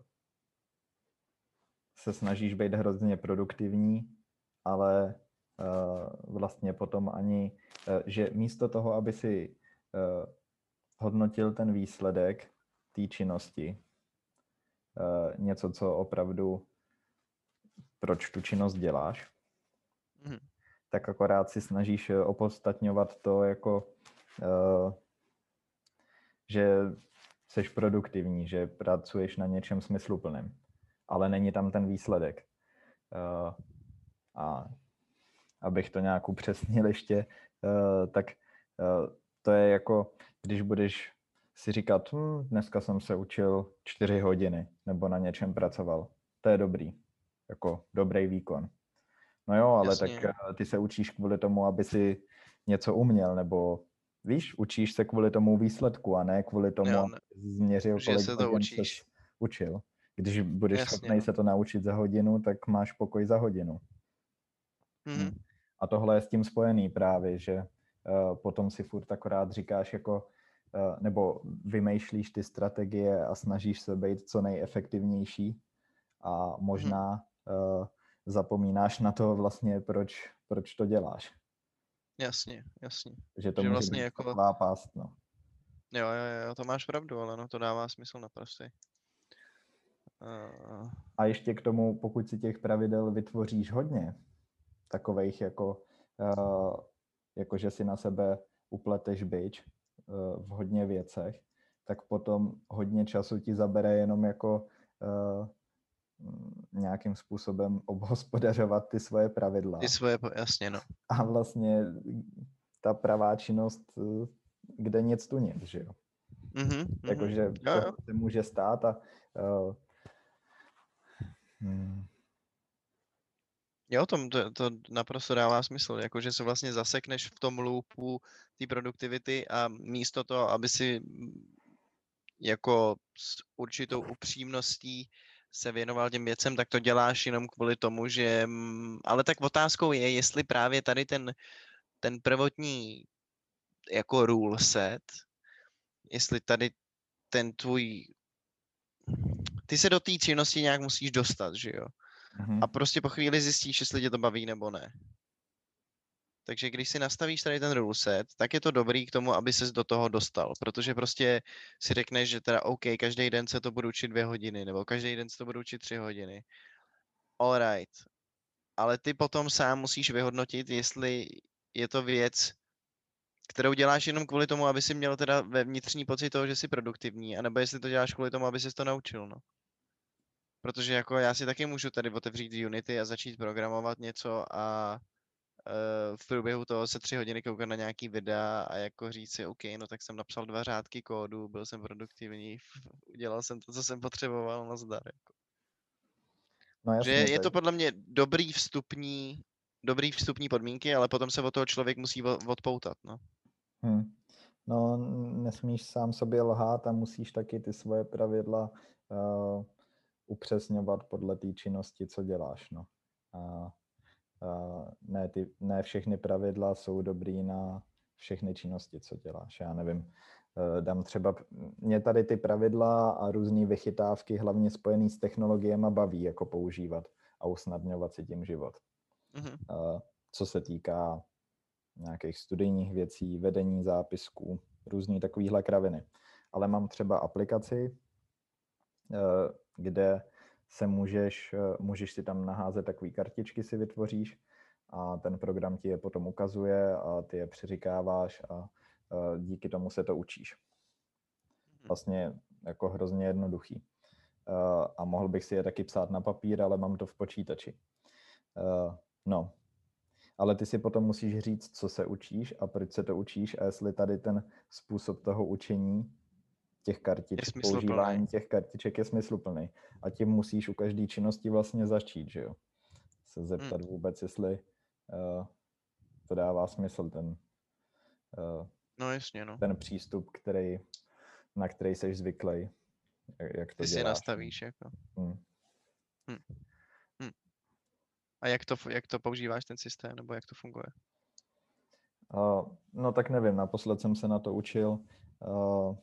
se snažíš být hrozně produktivní, ale uh, vlastně potom ani, uh, že místo toho, aby si uh, hodnotil ten výsledek té činnosti, uh, něco, co opravdu, proč tu činnost děláš, mm. tak akorát si snažíš opodstatňovat to jako, uh, že seš produktivní, že pracuješ na něčem smysluplném, ale není tam ten výsledek. Uh, a abych to nějak upřesnil ještě, uh, tak uh, to je jako, když budeš si říkat, hm, dneska jsem se učil čtyři hodiny nebo na něčem pracoval. To je dobrý, jako dobrý výkon. No jo, ale Jasně. tak ty se učíš kvůli tomu, aby si něco uměl, nebo víš, učíš se kvůli tomu výsledku a ne kvůli tomu, Jo, aby ne. změřil, Že kolik se to hodin učíš. ses učil. Když budeš Jasně, schopný no. se to naučit za hodinu, tak máš pokoj za hodinu. Mhm. Hm. A tohle je s tím spojený právě, že uh, potom si furt akorát říkáš jako, uh, nebo vymýšlíš ty strategie a snažíš se být co nejefektivnější a možná uh, zapomínáš na to vlastně, proč, proč to děláš. Jasně, jasně. Že to Že může vlastně být jako... taková pást, no. Jo, jo, jo, to máš pravdu, ale no to dává smysl naprosto. Uh... A ještě k tomu, pokud si těch pravidel vytvoříš hodně, takovejch jako, uh, jako že si na sebe upleteš bič uh, v hodně věcech, tak potom hodně času ti zabere jenom jako uh, nějakým způsobem obhospodařovat ty svoje pravidla. Ty svoje, jasně, no. A vlastně ta pravá činnost, kde nic tu nic, že jo. Mm-hmm, Jakože mm-hmm. to se může stát a uh, hmm. Jo, to, to, to naprosto dává smysl, jakože se vlastně zasekneš v tom loopu té produktivity a místo toho, aby si jako s určitou upřímností se věnoval těm věcem, tak to děláš jenom kvůli tomu, že... Ale tak otázkou je, jestli právě tady ten, ten prvotní jako rule set, jestli tady ten tvůj... Ty se do té činnosti nějak musíš dostat, že jo? Mm-hmm. A prostě po chvíli zjistíš, jestli tě to baví nebo ne. Takže když si nastavíš tady ten rule set, tak je to dobrý k tomu, aby ses do toho dostal, protože prostě si řekneš, že teda OK, každý den se to budu učit dvě hodiny, nebo každý den se to budu učit tři hodiny. Alright. Ale ty potom sám musíš vyhodnotit, jestli je to věc, kterou děláš jenom kvůli tomu, aby si měl teda ve vnitřní pocit toho, že jsi produktivní, anebo jestli to děláš kvůli tomu, aby ses to naučil, no. Protože jako já si taky můžu tady otevřít Unity a začít programovat něco a v průběhu toho se tři hodiny koukat na nějaký videa a jako říct si, OK, no tak jsem napsal dva řádky kódu, byl jsem produktivní, udělal jsem to, co jsem potřeboval, nazdar. Jako. No jasně, že je tak... to podle mě dobrý vstupní, dobrý vstupní podmínky, ale potom se od toho člověk musí odpoutat, no. Hmm. No, nesmíš sám sobě lhát a musíš taky ty svoje pravidla uh, upřesňovat podle té činnosti, co děláš, no. A Uh, ne, ty, ne všechny pravidla jsou dobrý na všechny činnosti, co děláš. Já nevím, uh, dám třeba, mě tady ty pravidla a různé vychytávky, hlavně spojený s technologiemi, baví jako používat a usnadňovat si tím život. Mm-hmm. Uh, co se týká nějakých studijních věcí, vedení zápisků, různý takovýhle kraviny. Ale mám třeba aplikaci, uh, kde se můžeš, můžeš si tam naházet takový kartičky, si vytvoříš a ten program ti je potom ukazuje a ty je přeříkáváš a díky tomu se to učíš. Vlastně jako hrozně jednoduchý. A mohl bych si je taky psát na papír, ale mám to v počítači. No, ale ty si potom musíš říct, co se učíš a proč se to učíš a jestli tady ten způsob toho učení těch kartiček, používání těch kartiček je smysluplný. A tím musíš u každé činnosti vlastně začít, že jo? Se zeptat hmm. vůbec, jestli uh, to dává smysl, ten, uh, no, jasně, no. ten přístup, který, na který jsi zvyklý, jak to Ty děláš. si nastavíš, jako. Hmm. Hmm. Hmm. A jak to, jak to používáš, ten systém, nebo jak to funguje? Uh, no tak nevím, naposled jsem se na to učil uh,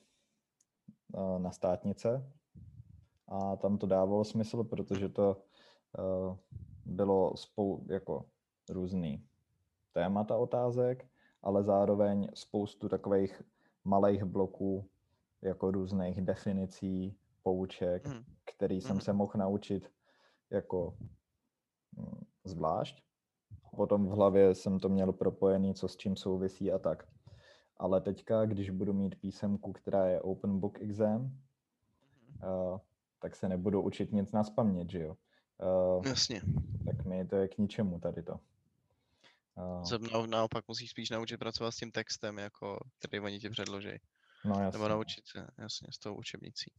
na státnice a tam to dávalo smysl, protože to uh, bylo spou jako různý témata otázek, ale zároveň spoustu takových malých bloků, jako různých definicí, pouček, mm. který jsem mm. se mohl naučit jako mm, zvlášť. Potom v hlavě jsem to měl propojený, co s čím souvisí a tak. ale teďka, když budu mít písemku, která je open book exam, uh, tak se nebudu učit nic naspamět, že jo? Uh, Jasně. tak mi to je k ničemu tady to. Uh, Se na, naopak musíš spíš naučit pracovat s tím textem, jako, který oni ti předloží. no jasně. Nebo naučit se, jasně, s tou učebnicí.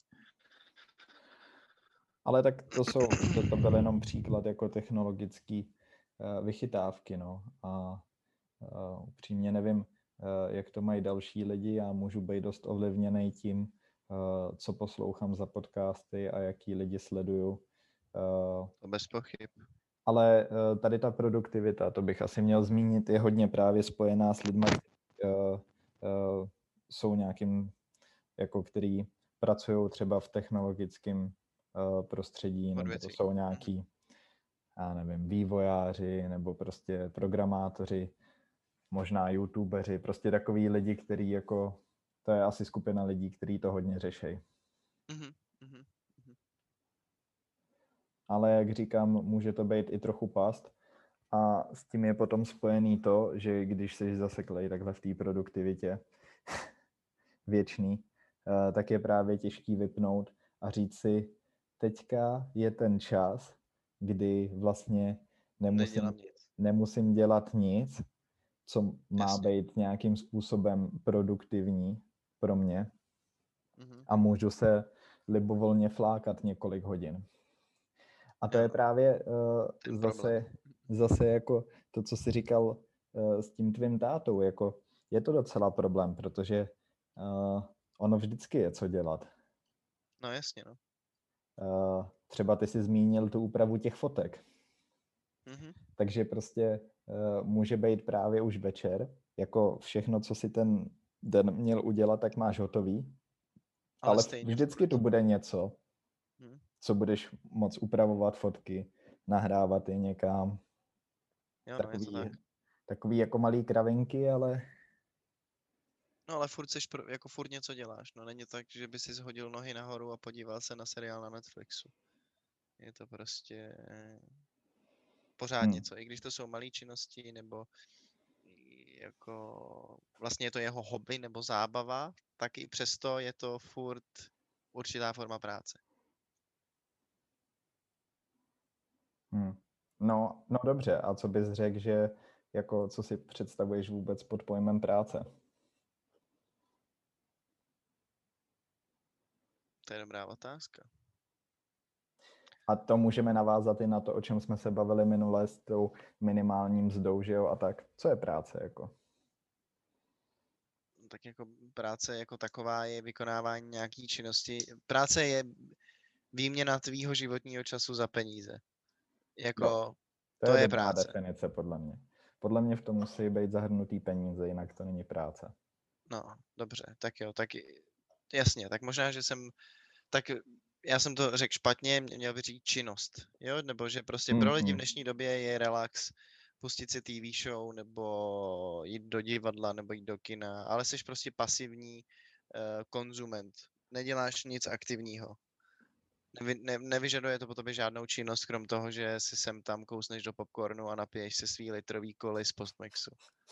Ale tak to jsou, to, to byl jenom příklad jako technologický uh, vychytávky, no. A uh, upřímně nevím, uh, jak to mají další lidi. Já můžu být dost ovlivněný tím, uh, co poslouchám za podcasty a jaký lidi sleduju. Uh, To bez pochyb. ale uh, tady ta produktivita, to bych asi měl zmínit, je hodně právě spojená s lidmi, uh, uh, jsou nějakým, jako který pracují třeba v technologickém prostředí, nebo to jsou nějaký, já nevím, vývojáři, nebo prostě programátoři, možná youtubeři, prostě takový lidi, kteří jako, to je asi skupina lidí, kteří to hodně řešejí. Mm-hmm. Mm-hmm. Ale jak říkám, může to být i trochu past a s tím je potom spojený to, že když jsi zaseklej takhle v té produktivitě věčný, tak je právě těžký vypnout a říct si, teďka je ten čas, kdy vlastně nemusím, nemusím dělat nic, co má Jasně. být nějakým způsobem produktivní pro mě Mm-hmm. a můžu se libovolně flákat několik hodin. A to jo, je právě uh, zase, zase jako to, co jsi říkal uh, s tím tvým tátou, jako je to docela problém, protože uh, ono vždycky je co dělat. No jasně, no. Uh, třeba ty jsi zmínil tu úpravu těch fotek. Mm-hmm. Takže prostě uh, může být právě už večer, jako všechno, co si ten den měl udělat, tak máš hotový. Ale, ale vždycky tu bude něco, hmm. co budeš moc upravovat fotky, nahrávat je někam. Jo, takový, no, tak. takový jako malý kravinky, ale... No ale furt seš, jako furt něco děláš. No není tak, že by si shodil nohy nahoru a podíval se na seriál na Netflixu. Je to prostě pořád hmm. něco. I když to jsou malé činnosti, nebo jako vlastně je to jeho hobby nebo zábava, tak i přesto je to furt určitá forma práce. Hmm. No, no dobře, a co bys řekl, že jako co si představuješ vůbec pod pojmem práce? To je dobrá otázka. A to můžeme navázat i na to, o čem jsme se bavili minule s tou minimální mzdou, že jo, a tak. Co je práce jako? Tak jako práce jako taková je vykonávání nějaký činnosti. Práce je výměna tvýho životního času za peníze. Jako, no, to, to je, je dobrá práce. definice podle mě. Podle mě v tom musí být zahrnutý peníze, jinak to není práce. No, dobře, tak jo, tak jasně, tak možná, že jsem, tak já jsem to řekl špatně, měl bych říct činnost, jo, nebo že prostě pro lidi v dnešní době je relax, pustit si T V show, nebo jít do divadla, nebo jít do kina, ale jsi prostě pasivní uh, konzument, neděláš nic aktivního. Nevy, ne, nevyžaduje to po tobě žádnou činnost, krom toho, že si sem tam kousneš do popcornu a napiješ se svý litrový koly z Postmexu.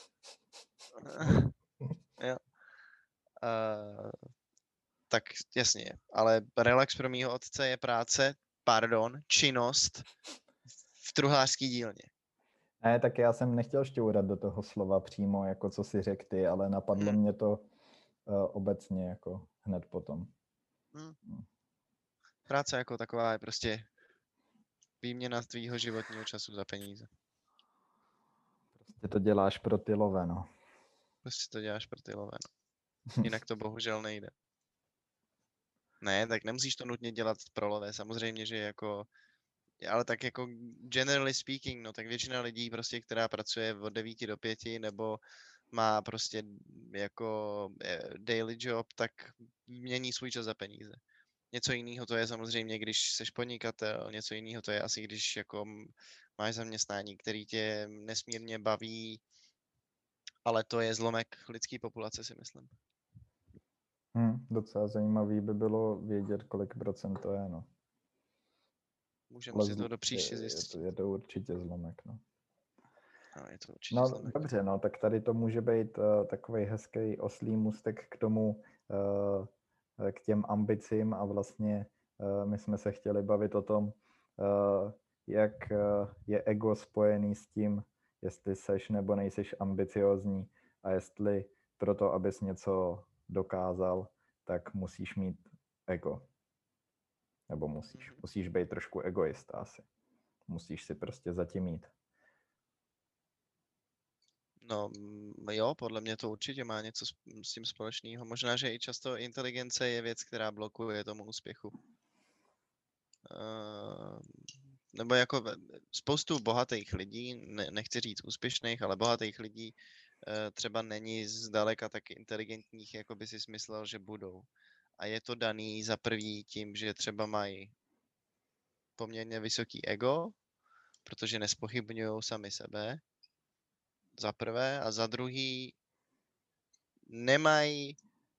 jo. Uh, tak jasně, ale relax pro mýho otce je práce, pardon, činnost v truhlářský dílně. Ne, tak já jsem nechtěl šťourat do toho slova přímo, jako co si řekl ty, ale napadlo hmm. mě to uh, obecně jako hned potom. Hmm. Práce jako taková je prostě výměna tvýho životního času za peníze. Prostě to děláš pro ty lové, no. Prostě to děláš pro ty lové, no. Jinak to bohužel nejde. Ne, tak nemusíš to nutně dělat pro lové, samozřejmě, že jako, ale tak jako generally speaking, no tak většina lidí prostě, která pracuje od devíti do pěti, nebo má prostě jako daily job, tak mění svůj čas za peníze. Něco jiného to je samozřejmě, když jsi podnikatel, něco jiného to je asi, když jako máš zaměstnání, který tě nesmírně baví, ale to je zlomek lidské populace, si myslím. Hmm, docela zajímavý by bylo vědět, kolik procent to je, no. Můžeme si to do příště zjistit. Je to, je to určitě zlomek, no. No, je to určitě No zlomek. dobře, no, tak tady to může být uh, takový hezký oslý můstek k tomu, uh, k těm ambicím a vlastně uh, my jsme se chtěli bavit o tom, uh, jak uh, je ego spojený s tím, jestli seš nebo nejseš ambiciozní a jestli proto, abys něco dokázal, tak musíš mít ego. Nebo musíš, Mhm. musíš být trošku egoista asi. Musíš si prostě zatím mít. No mm, jo, podle mě to určitě má něco s, s tím společného. Možná, že i často inteligence je věc, která blokuje tomu úspěchu. Uh, nebo jako ve- spoustu bohatých lidí, ne, nechci říct úspěšných, ale bohatých lidí uh, třeba není zdaleka tak inteligentních, jako by si smyslel, že budou. A je to daný za prvý tím, že třeba mají poměrně vysoký ego, protože nespochybňují sami sebe, za prvé, a za druhý nemají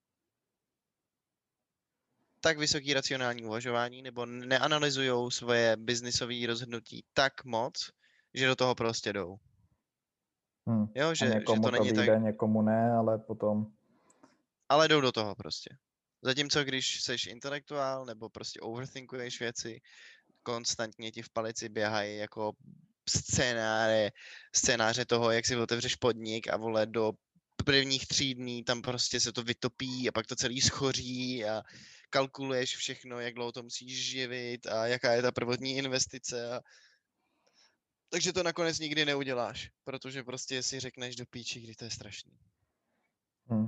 tak vysoký racionální uvažování nebo neanalyzují svoje biznisové rozhodnutí tak moc, že do toho prostě jdou. Hmm. Jo, A že, že někomu to to není tak, vyjde, někomu ne, ale potom... ale jdou do toho prostě. Zatímco když seš intelektuál nebo prostě overthinkuješ věci, konstantně ti v palici běhají jako scénáře, scénáře toho, jak si otevřeš podnik a vole do prvních tří dní tam prostě se to vytopí a pak to celý schoří a kalkuluješ všechno, jak dlouho to musíš živit a jaká je ta prvotní investice. A... Takže to nakonec nikdy neuděláš, protože prostě si řekneš do píči, kdy to je strašný. Hmm.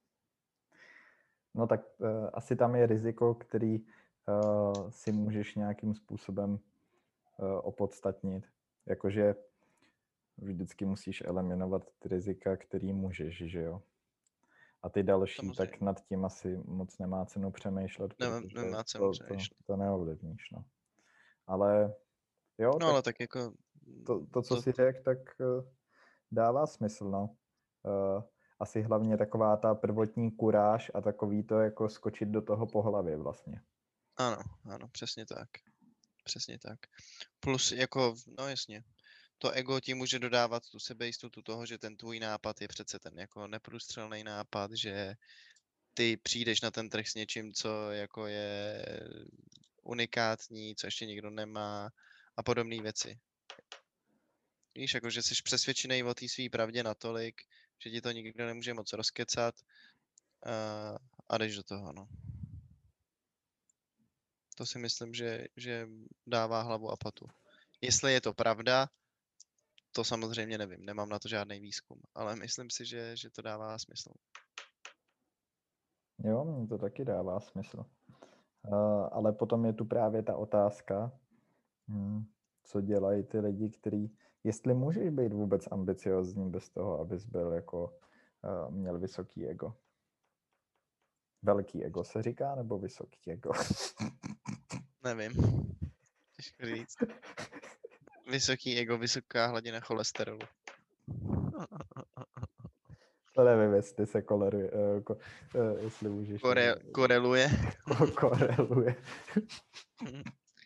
No tak uh, asi tam je riziko, který uh, si můžeš nějakým způsobem uh, opodstatnit. Jakože vždycky musíš eliminovat ty rizika, který můžeš, že jo? A ty další, Samozřejmě. tak nad tím asi moc nemá cenu přemýšlet, Nemá, protože nemá cenu to, to, přemýšlet. to neovlivníš, no. Ale jo, No tak ale tak jako... to, to co To, si řekl, tak uh, dává smysl, no. Uh, asi hlavně taková ta prvotní kuráž a takový to jako skočit do toho po hlavě vlastně. ano, ano, přesně tak. Přesně tak. Plus jako, no jasně, to ego ti může dodávat tu sebejistotu toho, že ten tvůj nápad je přece ten jako neprůstřelný nápad, že ty přijdeš na ten trh s něčím, co jako je unikátní, co ještě nikdo nemá a podobné věci. Víš, jako že jsi přesvědčený o té své pravdě natolik, že ti to nikdo nemůže moc rozkecat a, a jdeš do toho, no. To si myslím, že, že dává hlavu a patu. Jestli je to pravda, to samozřejmě nevím, nemám na to žádný výzkum, ale myslím si, že, že to dává smysl. Jo, mně to taky dává smysl. Uh, ale potom je tu právě ta otázka, hmm, co dělají ty lidi, kteří, jestli můžeš být vůbec ambiciozní bez toho, abys byl jako, uh, měl vysoký ego. Velký ego se říká, nebo vysoký ego? Nevím. Těžko říct. Vysoký ego, vysoká hladina cholesterolu. To nevím, jestli se koleruje, uh, ko, uh, jestli můžeš... Kore, koreluje. Ko, koreluje. uh,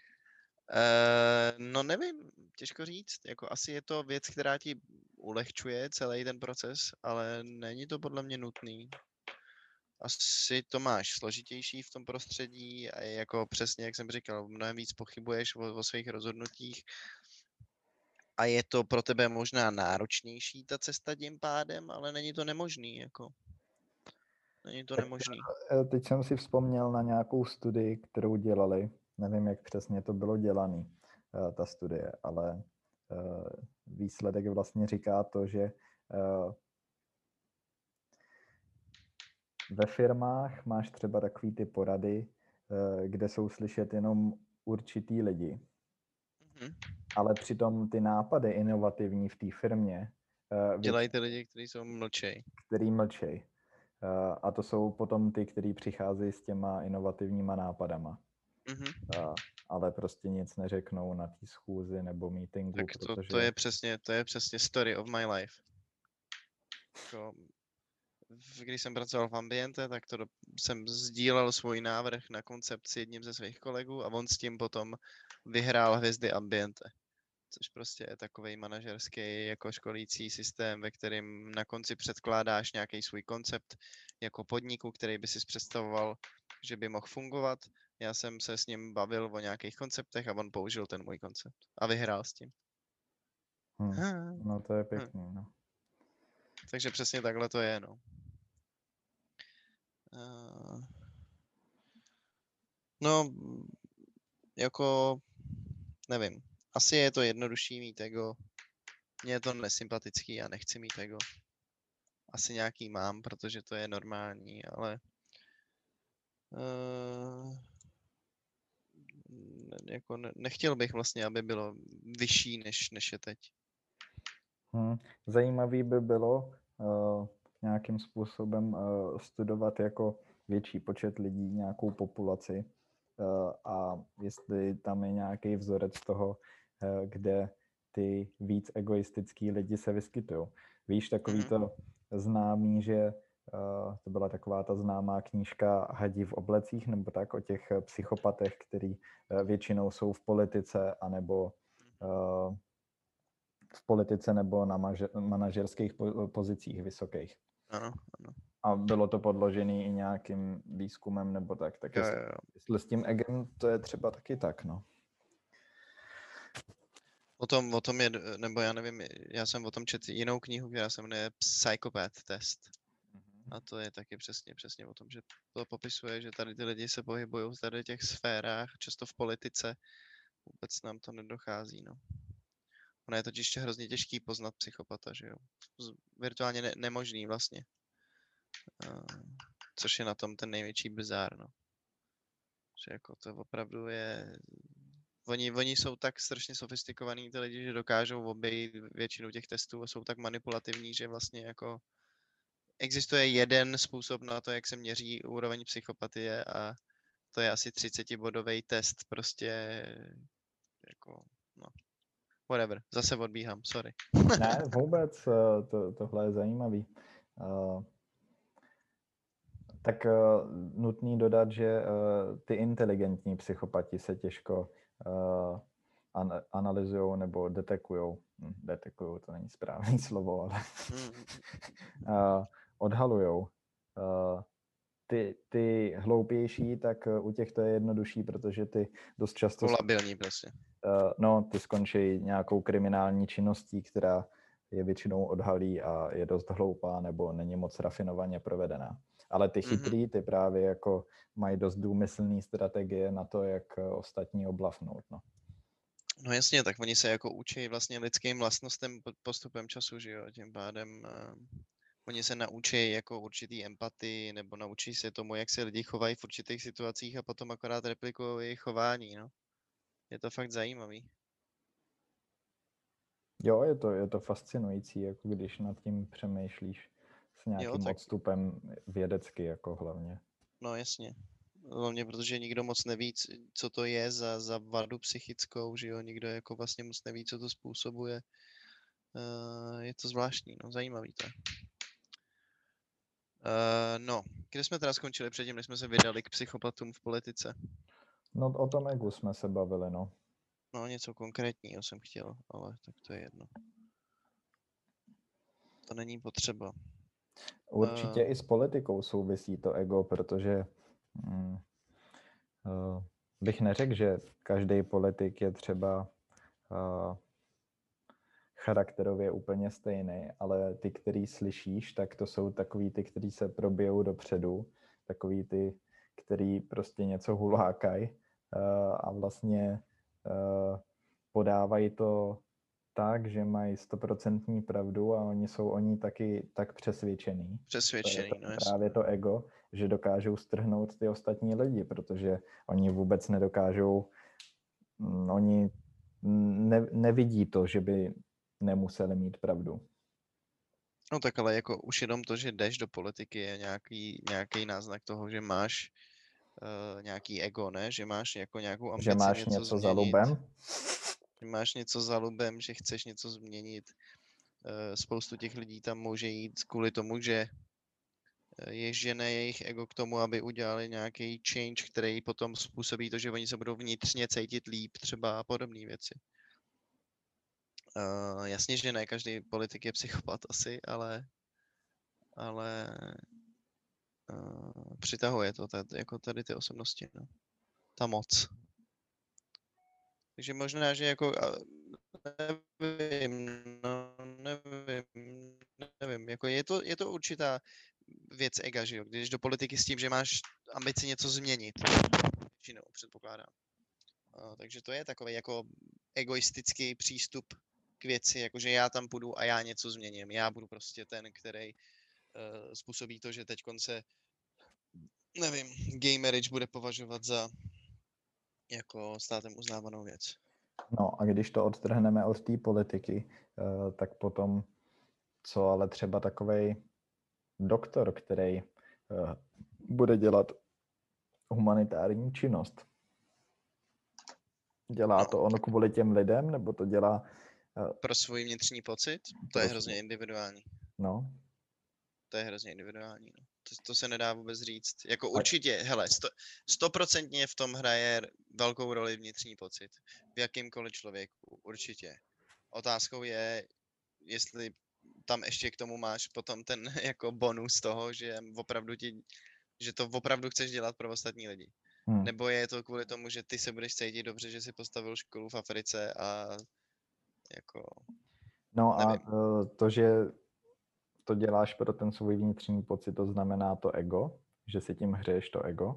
no nevím, těžko říct. Jako asi je to věc, která ti ulehčuje celý ten proces, ale není to podle mě nutný. Asi to máš složitější v tom prostředí a je jako přesně, jak jsem říkal, mnohem víc pochybuješ o, o svých rozhodnutích a je to pro tebe možná náročnější ta cesta tím pádem, ale není to nemožný, jako. Není to Tak, nemožný. teď jsem si vzpomněl na nějakou studii, kterou dělali. Nevím, jak přesně to bylo dělané, ta studie, ale výsledek vlastně říká to, že ve firmách máš třeba takový ty porady, kde jsou slyšet jenom určitý lidi. Mm-hmm. Ale přitom ty nápady inovativní v té firmě dělají ty lidi, kteří jsou mlčej. Který mlčej. A to jsou potom ty, kteří přicházejí s těma inovativníma nápadama. Mm-hmm. Ale prostě nic neřeknou na té schůzi nebo meetingu, tak to, protože... to je přesně, to je přesně story of my life. Jako, když jsem pracoval v Ambiente, tak to do, jsem sdílel svůj návrh na koncept s jedním ze svých kolegů a on s tím potom vyhrál hvězdy Ambiente. což prostě je takový manažerský jako školící systém, ve kterém na konci předkládáš nějaký svůj koncept jako podniku, který by si představoval, že by mohl fungovat. Já jsem se s ním bavil o nějakých konceptech a on použil ten můj koncept a vyhrál s tím. Hmm. No to je Hm. pěkný, no. Takže přesně takhle to je, no. Uh, no, jako, nevím, asi je to jednodušší mít ego. Mně je to nesympatický, já nechci mít ego. Asi nějaký mám, protože to je normální, ale uh, jako ne, nechtěl bych vlastně, aby bylo vyšší, než, než je teď. Hmm. Zajímavý by bylo uh, nějakým způsobem uh, studovat jako větší počet lidí, nějakou populaci uh, a jestli tam je nějaký vzorec toho, uh, kde ty víc egoistický lidi se vyskytují. Víš, takový Mhm. to známý, že uh, to byla taková ta známá knížka Hadi v oblecích, nebo tak, o těch psychopatech, který uh, většinou jsou v politice, anebo uh, v politice nebo na manažerských pozicích vysokých. Ano, ano. A bylo to podložené i nějakým výzkumem nebo tak. Tak Jo, jestli, jo, jo. jestli s tím egem to je třeba taky tak, no. O tom, o tom je, nebo já nevím, já jsem o tom četl jinou knihu, která se jmenuje Psychopath test. A to je taky přesně, přesně o tom, že to popisuje, že tady ty lidi se pohybují v tady těch sférách, často v politice. Vůbec nám to nedochází, no. Ono je totiž hrozně těžký poznat psychopata, že jo. Virtuálně ne- nemožný vlastně. Uh, což je na tom ten největší bizár, no. Že jako to opravdu je... Oni, oni jsou tak strašně sofistikovaní ty lidi, že dokážou obejít většinu těch testů a jsou tak manipulativní, že vlastně jako existuje jeden způsob na to, jak se měří úroveň psychopatie a to je asi třicetibodový test, prostě jako, no, whatever, zase odbíhám, sorry. Ne, vůbec, to, tohle je zajímavý. Uh, tak uh, nutný dodat, že uh, ty inteligentní psychopati se těžko uh, an- analyzují nebo detekují. Hm, detekují, to není správné slovo, ale uh, odhalujou. Uh, ty, ty hloupější, tak u těch to je jednodušší, protože ty dost často... Labilní prostě. Uh, no, ty skončí nějakou kriminální činností, která je většinou odhalí a je dost hloupá nebo není moc rafinovaně provedená. Ale ty chytrý, ty právě jako mají dost důmyslný strategie na to, jak ostatní oblafnout. No. No jasně, tak oni se jako učí vlastně lidským vlastnostem postupem času, že jo, tím pádem uh, oni se naučí jako určitý empatii nebo naučí se tomu, jak se lidi chovají v určitých situacích a potom akorát replikují jejich chování, no. Je to fakt zajímavý. Jo, je to, je to fascinující, jako když nad tím přemýšlíš s nějakým jo, tak... odstupem vědecky, jako hlavně. No jasně. Hlavně protože nikdo moc neví, co to je za, za vadu psychickou, že jo, nikdo jako vlastně moc neví, co to způsobuje. Uh, je to zvláštní, no, zajímavý to. Uh, no, kde jsme teda skončili předtím, než jsme se vydali k psychopatům v politice? No o tom egu jsme se bavili, no. No, něco konkrétního jsem chtěl, ale tak to je jedno. To není potřeba. Určitě Uh, i s politikou souvisí to ego, protože hm, uh, bych neřekl, že každý politik je třeba uh, charakterově úplně stejný, ale ty, který slyšíš, tak to jsou takový ty, kteří se probijou dopředu, takový ty, který prostě něco hulákají uh, a vlastně uh, podávají to tak, že mají stoprocentní pravdu a oni jsou o ní taky tak přesvědčený. přesvědčený, to je, to no je jasně. právě to ego, že dokážou strhnout ty ostatní lidi, protože oni vůbec nedokážou, mm, oni ne, nevidí to, že by nemuseli mít pravdu. No tak ale jako už jenom to, že jdeš do politiky je nějaký, nějaký náznak toho, že máš uh, nějaký ego, ne? Že máš jako nějakou ambici Že máš něco, něco změnit. za lubem? Že máš něco za lubem, že chceš něco změnit. Uh, spoustu těch lidí tam může jít kvůli tomu, že je žene jejich ego k tomu, aby udělali nějaký change, který potom způsobí to, že oni se budou vnitřně cítit líp třeba a podobné věci. Uh, jasně, že ne každý politik je psychopat asi, ale ale uh, přitahuje to tady, jako tady ty osobnosti, no. Ta moc. Takže možná, že jako a, nevím, no, nevím, nevím, jako je to, je to určitá věc ega, že jo, když do politiky s tím, že máš ambici něco změnit, většinou předpokládám. Uh, takže to je takový jako egoistický přístup k věci, jakože já tam půjdu a já něco změním. Já budu prostě ten, který uh, způsobí to, že teď se, nevím, gay marriage bude považovat za jako státem uznávanou věc. No a když to odtrhneme od té politiky, uh, tak potom, co ale třeba takovej doktor, který uh, bude dělat humanitární činnost. Dělá No. to on kvůli těm lidem, nebo to dělá... Uh, pro svůj vnitřní pocit? To je hrozně individuální. No. To je hrozně individuální. No. To, to se nedá vůbec říct. Jako určitě, hele, sto, stoprocentně v tom hraje velkou roli vnitřní pocit. V jakýmkoliv člověku, určitě. Otázkou je, jestli tam ještě k tomu máš potom ten jako bonus toho, že opravdu ti, že to opravdu chceš dělat pro ostatní lidi. Hmm. Nebo je to kvůli tomu, že ty se budeš cítit dobře, že jsi postavil školu v Africe a jako... No a nevím. To, že to děláš pro ten svůj vnitřní pocit, to znamená to ego? Že si tím hřeješ to ego?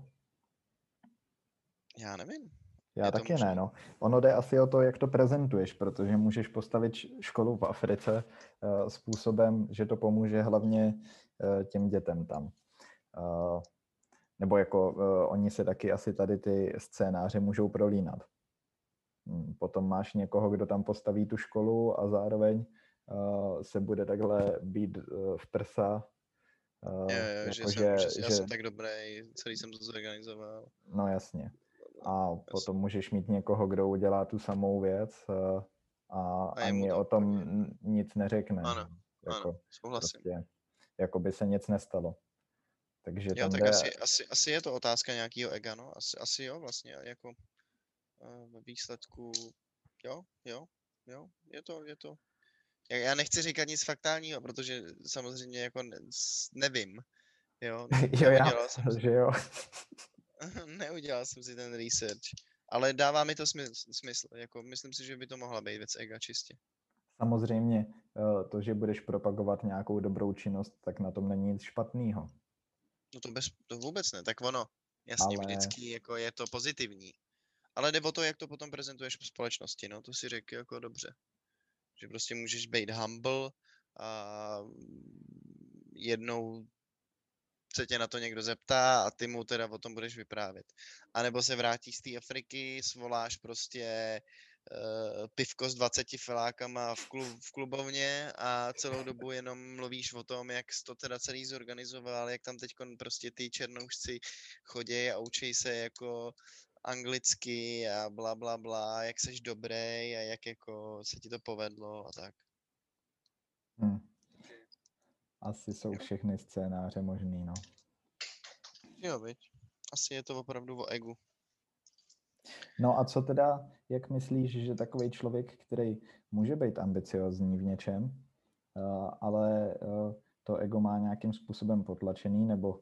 Já nevím. Já je taky ne, no. Ono jde asi o to, jak to prezentuješ, protože můžeš postavit školu v Africe uh, způsobem, že to pomůže hlavně uh, těm dětem tam. Uh, nebo jako uh, oni se taky asi tady ty scénáře můžou prolínat. Hmm, potom máš někoho, kdo tam postaví tu školu a zároveň uh, se bude takhle být uh, v prsa. Uh, je, je, jako že, jsem, že, že já jsem tak dobrý, celý jsem to zorganizoval. No jasně. A potom můžeš mít někoho, kdo udělá tu samou věc a, a ani o tom úplně nic neřekne. Ano, jako, ano, souhlasím. Prostě, jako by se nic nestalo. Takže jo, tam tak jde... asi, asi, asi je to otázka nějakého ega, no. Asi, asi jo, vlastně, jako ve výsledku, jo, jo, jo, je to, je to. Já nechci říkat nic faktálního, protože samozřejmě jako ne, nevím, jo. jo, já, jsem že jo. Neudělal jsem si ten research, ale dává mi to smysl, smysl, jako myslím si, že by to mohla být věc ega čistě. Samozřejmě to, že budeš propagovat nějakou dobrou činnost, tak na tom není nic špatného. No to, bez, to vůbec ne, tak ono, jasně, ale... vždycky jako je to pozitivní. Ale jde o to, jak to potom prezentuješ v společnosti, no to si řekl jako dobře. Že prostě můžeš být humble a jednou se tě na to někdo zeptá a ty mu teda o tom budeš vyprávět. A nebo se vrátíš z té Afriky, svoláš prostě uh, pivko s dvaceti filákama v, klub, v klubovně a celou dobu jenom mluvíš o tom, jak jsi to teda celý zorganizoval, jak tam teď prostě ty černoušci chodí a učí se jako anglicky a bla bla bla, jak seš dobrý a jak jako se ti to povedlo a tak. Hmm. Asi jsou všechny scénáře možný, no. Jo, viď. Asi je to opravdu o egu. No a co teda, jak myslíš, že takový člověk, který může být ambiciozní v něčem, ale to ego má nějakým způsobem potlačený, nebo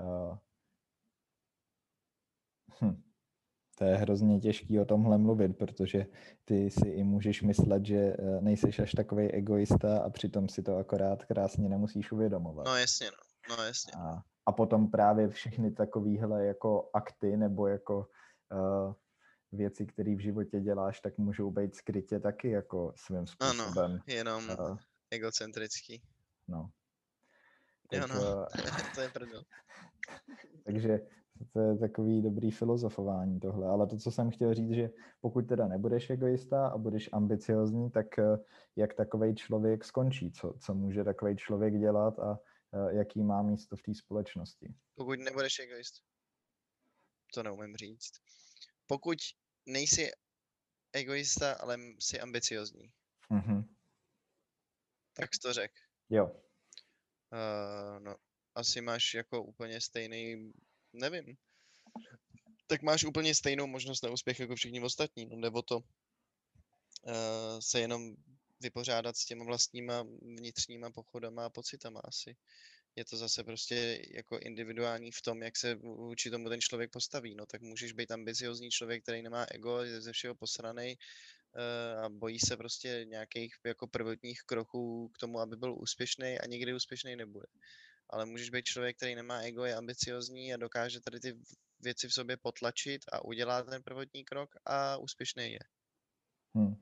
hm, to je hrozně těžký o tomhle mluvit, protože ty si i můžeš myslet, že nejseš až takovej egoista a přitom si to akorát krásně nemusíš uvědomovat. No jasně, no, no jasně. A, a potom právě všechny takovýhle jako akty nebo jako uh, věci, které v životě děláš, tak můžou být skrytě taky jako svým způsobem. Ano, jenom uh, egocentrický. No. Tak, jo, no, to je prdel. Takže to je takový dobrý filozofování tohle, ale to, co jsem chtěl říct, že pokud teda nebudeš egoista a budeš ambiciozní, tak jak takovej člověk skončí, co, co může takovej člověk dělat a jaký má místo v té společnosti. Pokud nebudeš egoist, to neumím říct. Pokud nejsi egoista, ale jsi ambiciozní, mm-hmm. tak jsi to řek. Jo. Uh, no, asi máš jako úplně stejný, nevím, tak máš úplně stejnou možnost na úspěch jako všichni ostatní. No, nebo to uh, se jenom vypořádat s těma vlastníma vnitřníma pochodama a pocitama asi. Je to zase prostě jako individuální v tom, jak se vůči tomu ten člověk postaví. No tak můžeš být ambiciozní člověk, který nemá ego, je ze všeho posranej uh, a bojí se prostě nějakých jako prvotních kroků k tomu, aby byl úspěšný a nikdy úspěšný nebude. Ale můžeš být člověk, který nemá ego, je ambiciozní a dokáže tady ty věci v sobě potlačit a udělá ten prvotní krok a úspěšný je. Hmm.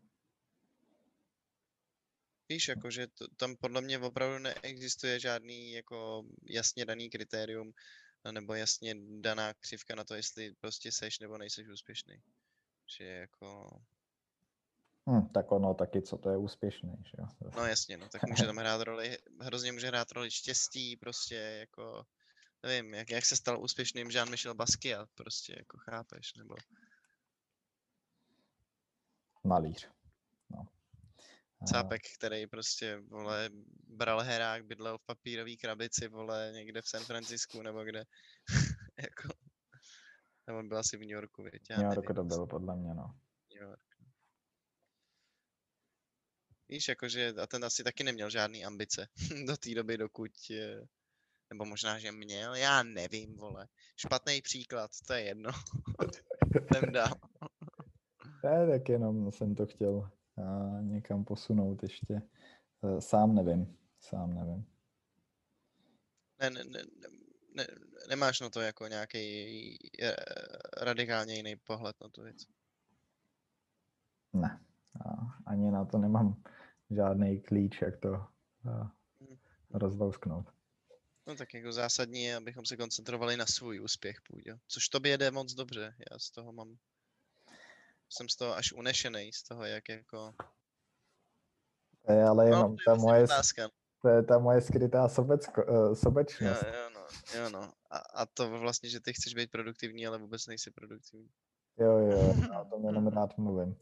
Víš, jakože to, tam podle mě opravdu neexistuje žádný jako jasně daný kritérium nebo jasně daná křivka na to, jestli prostě seš nebo nejseš úspěšný. Že jako... Hmm, tak ono taky, co to je úspěšný, že jo? No jasně, no, tak může tam hrát roli, hrozně může hrát roli štěstí, prostě jako, nevím, jak, jak se stal úspěšným Jean-Michel Basquiat, prostě jako chápeš, nebo... Malíř, no. Cápek, který prostě, vole, bral herák, bydlel v papírové krabici, vole, někde v San Francisku, nebo kde, jako, nebo byl asi v New Yorku, věď, já New Yorku nevím. to bylo, podle mě, no. New York. Víš, jakože, a ten asi taky neměl žádný ambice do té doby, dokud, nebo možná, že měl, já nevím, vole. Špatný příklad, to je jedno. Jdem dál. Ne, tak jenom jsem to chtěl a někam posunout ještě. Sám nevím, sám nevím. Ne, ne, ne, ne, nemáš na to jako nějaký radikálně jiný pohled na tu věc? Ne, a ani na to nemám žádný klíč, jak to rozlousknout. No tak jako zásadní je, abychom se koncentrovali na svůj úspěch, půjde. Což tobě jde moc dobře, já z toho mám... Jsem z toho až unešenej, z toho, jak jako... To je ale jenom no, to ta, je moje, otázka. to je ta moje skrytá sobecko, uh, sobečnost. Jo, jo, no, jo, no. A, a to vlastně, že ty chceš být produktivní, ale vůbec nejsi produktivní. Jo, jo, já o tom jenom rád mluvím.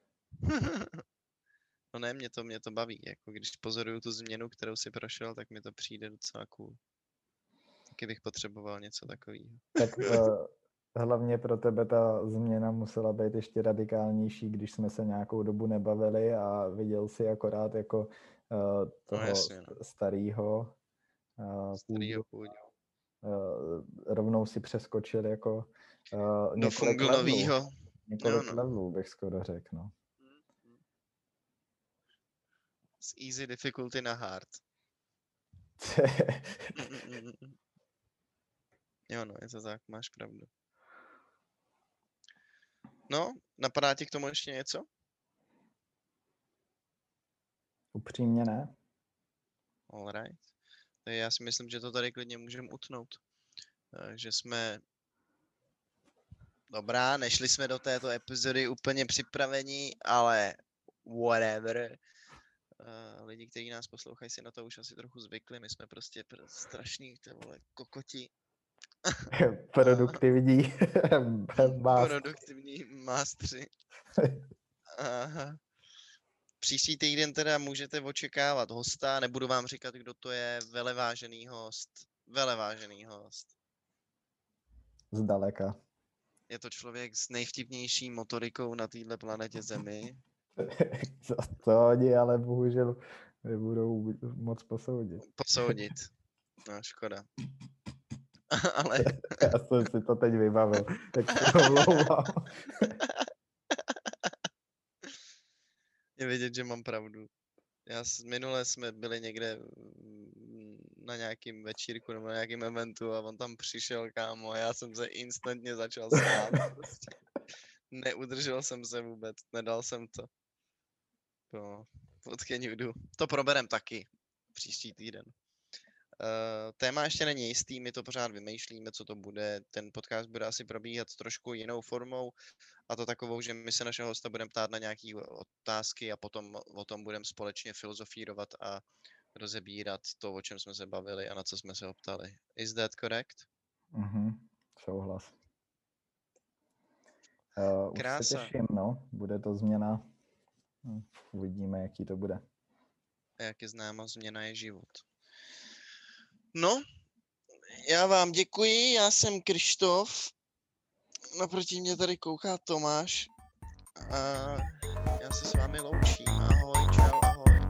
No ne, mě to, mě to baví, jako když pozoruju tu změnu, kterou si prošel, tak mi to přijde docela cool. Taky bych potřeboval něco takového. Tak uh, hlavně pro tebe ta změna musela být ještě radikálnější, když jsme se nějakou dobu nebavili a viděl si akorát jako uh, toho no, jasně, no. starýho uh, starýho půjdu. Uh, rovnou si přeskočil jako uh, do fungovýho. Několik no, no. levelů bych skoro řekl, no. Z easy difficulty na hard. Jo, no, je to tak, máš pravdu. No, napadá ti k tomu ještě něco? Upřímně ne. Alright. Já si myslím, že to tady klidně můžeme utnout. Že jsme... Dobrá, nešli jsme do této epizody úplně připraveni, ale whatever. Uh, lidi, kteří nás poslouchají, si na to už asi trochu zvykli. My jsme prostě pr- strašní, ty vole, kokoti. Produktivní. Produktivní mástři. Aha. Příští týden teda můžete očekávat hosta, nebudu vám říkat, kdo to je, velevážený host. Velevážený host. Zdaleka. Je to člověk s nejvtipnější motorikou na této planetě Zemi. to, to oni ale bohužel nebudou moc posoudit. Posoudit. No, škoda. Ale... Já jsem si to teď vybavil, tak se omlouvám. Je vidět, že mám pravdu. Já minule jsme byli někde na nějakým večírku nebo na nějakým eventu a on tam přišel, kámo, a já jsem se instantně začal smát. Prostě. Neudržel jsem se vůbec, nedal jsem to. To, jdu. To proberem taky příští týden. Uh, téma ještě není jistý, my to pořád vymýšlíme, co to bude. Ten podcast bude asi probíhat trošku jinou formou, a to takovou, že my se našeho hosta budeme ptát na nějaké otázky a potom o tom budeme společně filozofírovat a rozebírat to, o čem jsme se bavili a na co jsme se ho ptali. Is that correct? Mhm, souhlas. Uh, už se těším, no. Bude to změna. Hm, uvidíme, jaký to bude. A jak je známo, změna je život. No, já vám děkuji, já jsem Krištof, naproti mě tady kouká Tomáš a já se s vámi loučím, ahoj, čau, ahoj.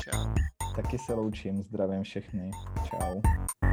Čau. Taky se loučím, zdravím všechny. Čau.